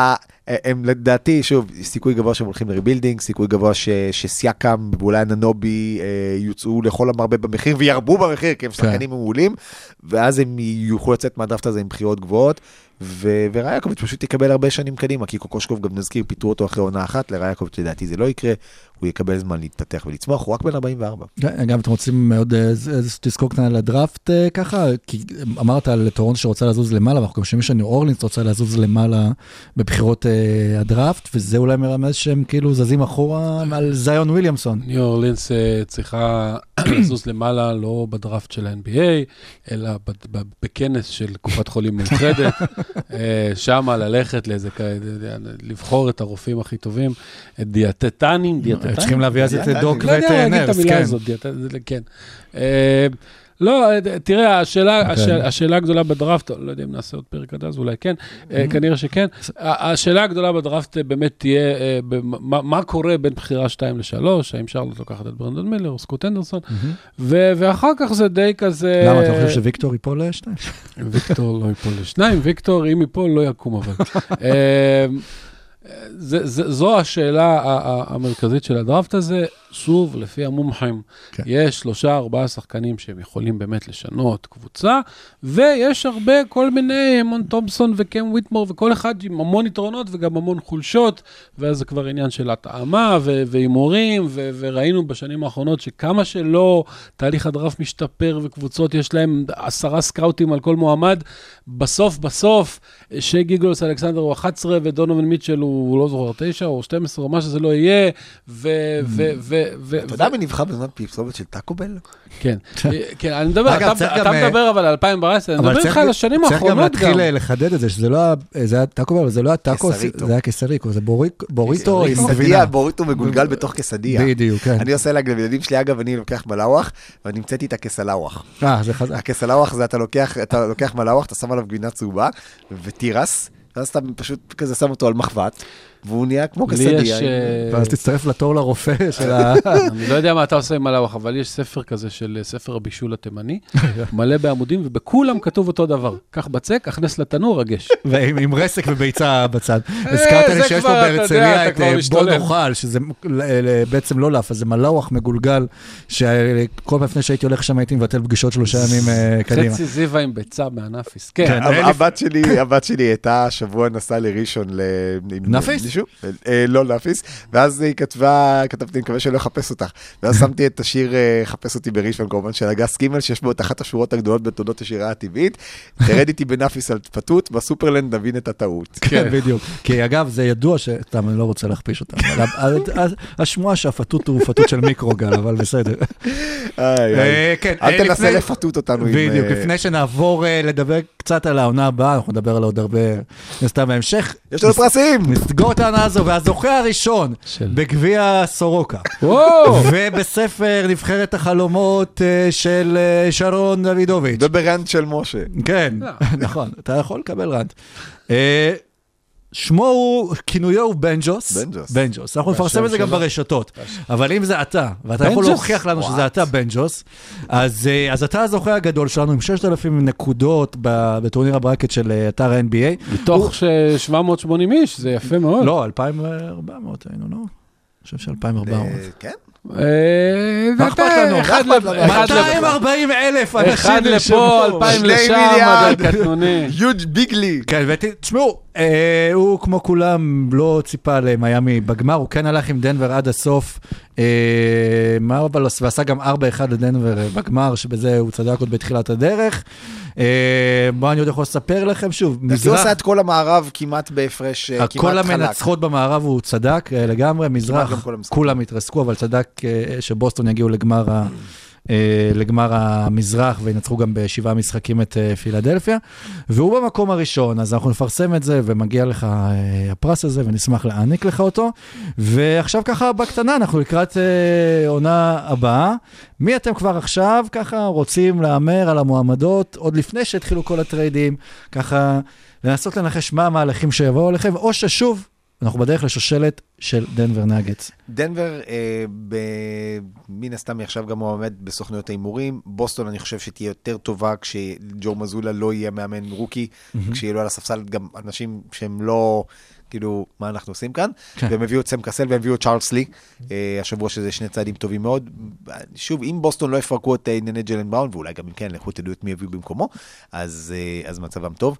הם לדעתי, שוב, סיכוי גבוה שהם הולכים לריבילדינג, סיכוי גבוה שסייקם ואולי הנובי יוצאו לכל המרבה במחיר וירבו במחיר, כי הם שחקנים מעולים, ואז הם יוכלו לצאת מהדראפט הזה עם בחירות גבוהות, ורייקוביץ' פשוט יקבל הרבה שנים קדימה, כי קוקושקוב גם נזכיר, פיתרו אותו אחרי עונה אחת, לרייקוביץ' לדעתי זה לא יקרה, הוא יקבל זמן להתפתח ולצמוח, הוא רק בן 44. גם אתם רוצים עוד תזכור קטנה לדראפט ככה, כי אמרת על טורונטו שרוצה לזוז למעלה, ואנחנו גם שומעים שניו אורלינס רוצה לזוז למעלה בבחירות הדראפט, וזה אולי מרמז שהם כאילו זזים אחורה על זיון וויליאמסון. ניו אורלינס צריכה לזוז למעלה, לא בדראפט של ה-NBA, אלא בכנס של קופת חולים מאוחדת, שמה ללכת לאיזה, לבחור את הרופאים הכי טובים, את דיאטטנים, צריכים להביא אז את דוק ואת נרס. לא יודע, להגיד את המילה הזאת, כן. לא, תראה, השאלה הגדולה בדראפט, לא יודע אם נעשה עוד פרק עד אז, אולי כן, כנראה שכן. השאלה הגדולה בדראפט באמת תהיה, מה קורה בין בחירה 2 ל-3, האם שרלוט לוקחת את ברנדון מילר או סקוט אנדרסון, ואחר כך זה די כזה... למה, אתה חושב שוויקטור ייפול ל-2? ויקטור לא ייפול ל-2, ויקטור, אם ייפול, לא יקום אבל. זו השאלה המרכזית של הדראפט הזה, שוב, לפי המומחים, יש 3-4 שחקנים שהם יכולים באמת לשנות קבוצה, ויש הרבה כל מיני, המון תומפסון וקם וויטמור, וכל אחד עם המון יתרונות וגם המון חולשות, ואז זה כבר עניין של התאמה ואימורים, וראינו בשנים האחרונות שכמה שלא תהליך הדראפט משתפר, וקבוצות יש להם 10 סקאוטים על כל מועמד, בסוף, שי גיגולס אלכסנדר הוא 11, ודונובין מיטשל הוא לא זוכר 9 או 12, או מה שזה לא יהיה, אתה יודע מי נבחר בזמן פרסומת של טאקובל? כן, אני מדבר, אתה מדבר אבל על 2014, אני מדבר לך על השנים האחרונות גם. צריך גם להתחיל לחדד את זה, שזה לא היה טאקובל, אבל זה לא היה טאקו, זה היה קסריקו, זה בוריטו עם גבינה. בוריטו מגולגל בתוך קסדיה. בדיוק, כן. אני עושה לילדים שלי, אגב, אני לוקח מלאוח, ואני המצאתי את הקסלאוח. זה חזק. הקסלאוח זה, אתה לוקח מלאוח, אתה שם עליו גבינה צהובה, וטירס, ואז אתה פשוט כזה שם אותו על מחבת, והוא נהיה כמו קסדיה. ואז תצטרף לתור לרופא של אני לא יודע מה אתה עושה עם מלאוח, אבל יש ספר כזה של ספר הבישול התימני, מלא בעמודים, ובכולם כתוב אותו דבר. קח בצק, הכנס לתנור, רגש. ועם רסק וביצה בצד. הזכרת לי שיש פה בהרצליה את בול נוכל, שזה בעצם לא לאף, אז זה מלאוח מגולגל, שכל פעם לפני שהייתי הולך שם הייתי מבטל פגישות 3 ימים קדימה. חצי זיווה עם ביצה מהנאפיס. הבת שלי הייתה שבוע נסעה לראשון נאפיס? לא נאפיס, ואז היא כתבתי, אני מקווה שלא יחפש אותך, ואז שמתי את השיר חפש אותי בראשון, כמובן של הגס קימל, שיש בו את אחת השורות הגדולות בתולדות השירה הטבעית, תרד איתי בנאפיס על פתות, בסופרלנד נבין את הטעות. כן, בדיוק. כי אגב, זה ידוע שאתם, אני לא רוצה להכפיש אותם, השמועה שהפתות הוא פתות של מיקרוגל, אבל בסדר. אל תנסה לפתות אותנו. בדיוק, לפני שנעבור לדבר קצת על העונה הבאה, אנחנו נדבר על עוד הרבה נסתם בהמשך. יש לנו פרסים! נסגור את העונה הזו, והזוכה הראשון בגביע סורוקה, ובספר נבחרת החלומות של שרון דוידוביץ'. וברנט של משה. כן, נכון, אתה יכול לקבל רנט. שמו הוא, כינויו הוא בנג'וס. אנחנו נפרסם את זה גם ברשתות. אבל אם זה אתה, ואתה יכול להוכיח לנו שזה אתה בנג'וס, אז אתה הזוכה הגדול שלנו עם 6,000 נקודות בטורניר הברקט של אתר ה-NBA. מתוך 780 איש, זה יפה מאוד. לא, 2,400 היינו, לא? אני חושב ש2,400. כן? מה אכפת לנו? 240,000 אנשים אחד לפה, 2,000 לשם, עד הקטנוני. יוג' ביגלי. כן, ותשמעו, הוא כמו כולם לא ציפה למיימי בגמר, הוא כן הלך עם דנבר עד הסוף, ועשה גם 4-1 לדנבר בגמר, שבזה הוא צדק עוד בתחילת הדרך. בוא אני עוד יכול לספר לכם שוב, הוא עושה את כל המערב כמעט בהפרש, כמעט חלק. כל המנצחות במערב הוא צדק לגמרי, מזרח, כולם התרסקו, אבל צדק שבוסטון יגיעו לגמר המזרח, וינצחו גם ב7 משחקים את פילדלפיה, והוא במקום הראשון, אז אנחנו נפרסם את זה, ומגיע לך הפרס הזה, ונשמח להעניק לך אותו, ועכשיו ככה בקטנה, אנחנו לקראת עונה הבאה, מי אתם כבר עכשיו ככה רוצים לאמר על המועמדות, עוד לפני שהתחילו כל הטריידים, ככה לנסות לנחש מה המהלכים שיבואו לכם, או ששוב, אנחנו בדרך לשושלת של דנבר נאגטס. דנבר, מן הסתם עכשיו גם הוא עומד בסוכנויות האימורים. בוסטון אני חושב שתהיה יותר טובה כשג'ו מזולה לא יהיה מאמן רוקי, כשיהיה לו על הספסל גם אנשים שהם לא, כאילו, מה אנחנו עושים כאן? והם הביאו את סם קסל והם הביאו את צ'ארלס לי, השבוע שזה שני צעדים טובים מאוד. שוב, אם בוסטון לא יפרקו את ענייני ג'לן בראון, ואולי גם אם כן, לכו תדעו את מי הביאו במקומו, אז מצבם טוב.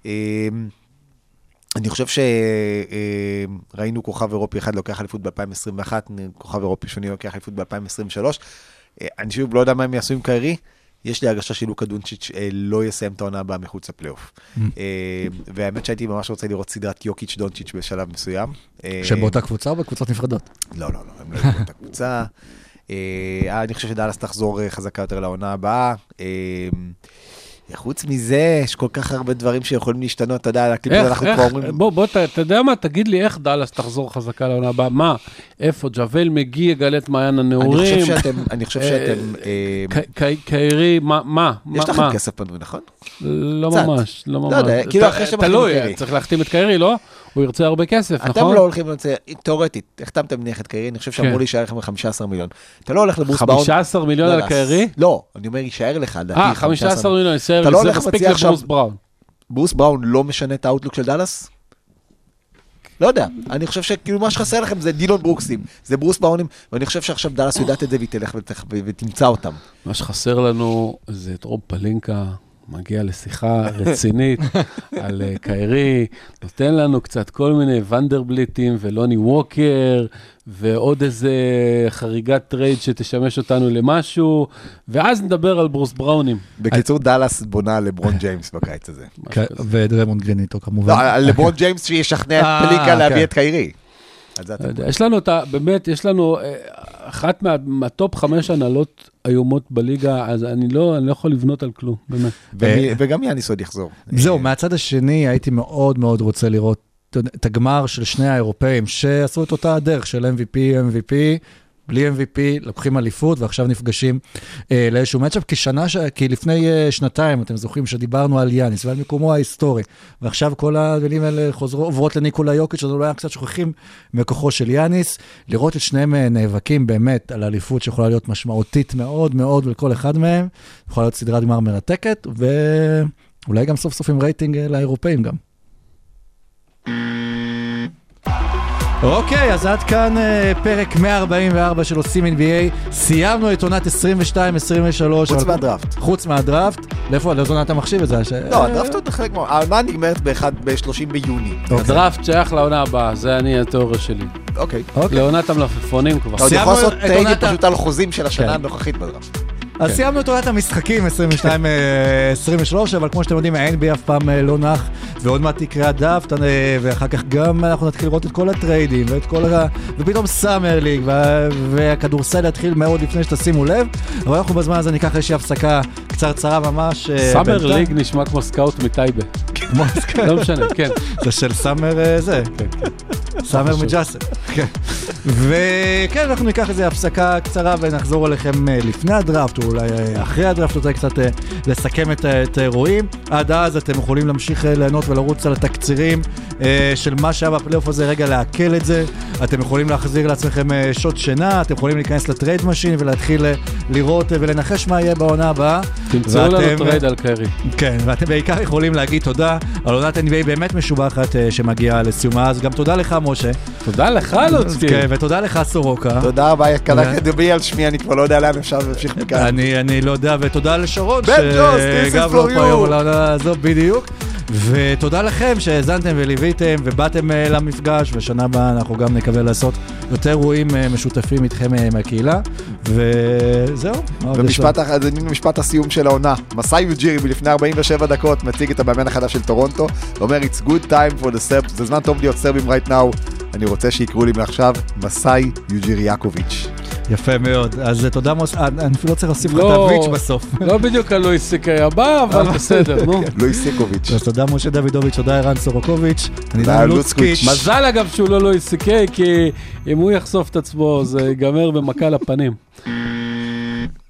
אני חושב שראינו כוכב אירופי אחד לוקח אליפות ב-2021, כוכב אירופי שני לוקח אליפות ב-2023. אני שוב לא יודע מה הם יעשו עם קיירי, יש לי הרגשה שלוקה דונצ'יץ' לא יסיים את העונה הבאה מחוץ לפלייאוף. והאמת שהייתי ממש רוצה לראות סדרת יוקיץ' דונצ'יץ' בשלב מסוים. שבאותה קבוצה או בקבוצות נפרדות? לא, הם לא באותה קבוצה. אני חושב שדאלאס תחזור חזקה יותר לעונה הבאה. חוץ מזה, יש כל כך הרבה דברים שיכולים להשתנות, אתה יודע, אנחנו כבר אומרים... בוא, אתה יודע מה, תגיד לי איך דאלאס תחזור חזקה לעונה הבאה, מה, איפה ג'וול מגיע, גלה את מעיין הנעורים? אני חושב שאתם... קיירי, מה? יש לכם כסף פנוי, נכון? לא ממש, לא ממש. לא יודע, כאילו אחרי שמחתים את קיירי. צריך להחתים את קיירי, לא? הוא ירצה הרבה כסף, נכון? אתם לא הולכים לצא, תיאורטית, החתמתם נניח את קיירי, אני חושב שאמור להישאר לכם 15 מיליון. אתה לא הולך לברוס בראון... 15 מיליון על קיירי? לא, אני אומר, יישאר לך, 15 מיליון, יישאר, זה מספיק לברוס בראון. ברוס בראון לא משנה את האוטלוק של דאלאס? לא יודע, אני חושב שכאילו מה שחסר לכם זה דילון ברוקסים, זה ברוס בראונים, ואני חושב שעכשיו דאלאס יודעת את זה והיא תלך ותמצא אותם. מה שחסר לנו זה את רוב פלינקה, מגיע לשיחה רצינית על קיירי, נותן לנו קצת כל מיני ונדרבליטים ולוני ווקר, ועוד איזה חריגת טרייד שתשמש אותנו למשהו, ואז נדבר על ברוס בראונים. בקיצור, דאלאס בונה לברון ג'יימס בקיץ הזה. ודרמונד גרין איתו כמובן. לא, לברון ג'יימס שישכנע את פליקה להביא את קיירי. יש לנו באמת, יש לנו אחת מהטופ 5 הנהלות איומות בליגה, אז אני לא יכול לבנות על כלום, באמת. וגם יאניס עוד יחזור. זהו, מהצד השני הייתי מאוד מאוד רוצה לראות את הגמר של שני האירופאים, שעשו את אותה הדרך של MVP, בלי MVP, לוקחים אליפות, ועכשיו נפגשים לאיזשהו מצ'אפ, כי לפני שנתיים, אתם זוכרים שדיברנו על יאניס, ועל מקומו ההיסטורי, ועכשיו כל הדברים האלה עוברות לניקולה יוקיץ', אז אולי קצת שוכחים מכוחו של יאניס, לראות את שניהם נאבקים באמת על אליפות, שיכולה להיות משמעותית מאוד מאוד לכל אחד מהם, יכולה להיות סדרת גמר מרתקת, ואולי גם סוף סוף עם רייטינג לאירופאים גם. אוקיי, אז עד כאן פרק 144 של עושים NBA, סיימנו את עונת 22-23. חוץ מהדראפט. חוץ מהדראפט, לאיפה, לאיזו אתה מחשיב את זה? לא, הדראפט עוד חלק מה, העונה נגמרת ב-30 ביוני. הדראפט שייך לעונה הבאה, זה אני התיאוריה שלי. אוקיי. לעונת המלפפונים כבר. אתה עוד יכול לעשות טריידים פשוט על חוזים של השנה הנוכחית בדראפט. אז סיימנו את עונת המשחקים 22-23, אבל כמו שאתם יודעים, ה-NBA אף פעם לא נח, ועוד מעט יקרה הדאפט, ואחר כך גם אנחנו נתחיל לראות את כל הטריידים, ופתאום סאמר ליג, והכדורסל יתחיל מאוד לפני שתשימו לב, אבל אנחנו בזמן הזה ניקח איזושהי הפסקה קצרצרה ממש. סאמר ליג נשמע כמו סקאוט מטייבה. לא משנה, כן. זה של סאמר זה. סאמר מג'אסר. וכן, אנחנו ניקח איזו הפסקה קצרה ונחזור אליכם לפני הדראפט, או אולי אחרי הדראפט, רוצה קצת לסכם את האירועים. עד אז אתם יכולים להמשיך ליהנות ולרוץ על התקצירים של מה שהיה בפלייאוף הזה, רגע להקל את זה. אתם יכולים להחזיר לעצמכם שעות שינה, אתם יכולים להיכנס לטרייד משין ולהתחיל לראות ולנחש מה יהיה בעונה הבאה. תמצאו לנו טרייד על קיירי. כן, ואתם בעיקר יכולים להגיד תודה על עונת NBA באמת משובחת שמגיעה לסיומה, אז גם תודה לך משה. תודה לך לוצקי. כן, ותודה לך סורוקה. תודה רבה, קדמי על שמי, אני כבר לא יודע לאן אפשר להמשיך מכאן. אני לא יודע, ותודה לשרון, שגם לא פה היום לעונה הזו בדיוק. ותודה לכם שהזנתם וליוויתם ובאתם למפגש, ושנה הבאה אנחנו גם נקווה לעשות יותר אירועים משותפים איתכם מהקהילה, וזהו. ומשפט הסיום של העונה, מסאי יוג'ירי מלפני 47 דקות מציג את המאמן החדש של טורונטו, ואומר it's good time for the Serbs, זה זמן טוב להיות סרבים right now, אני רוצה שיקראו לי מעכשיו מסאי יוג'ירי יאקוביץ'. יפה מאוד, אז תודה אני אפילו לא צריך להוסיף לך את הוויץ' בסוף. לא בדיוק על לואיס סיקאי הבא, אבל בסדר, נו. לואיס סיקוביץ'. אז תודה משה דוידוביץ', תודה ערן סורוקוביץ', אני דן לוצקיץ'. מזל אגב שהוא לא לואיס סיקאי, כי אם הוא יחשוף את עצמו זה ייגמר במכה לפנים.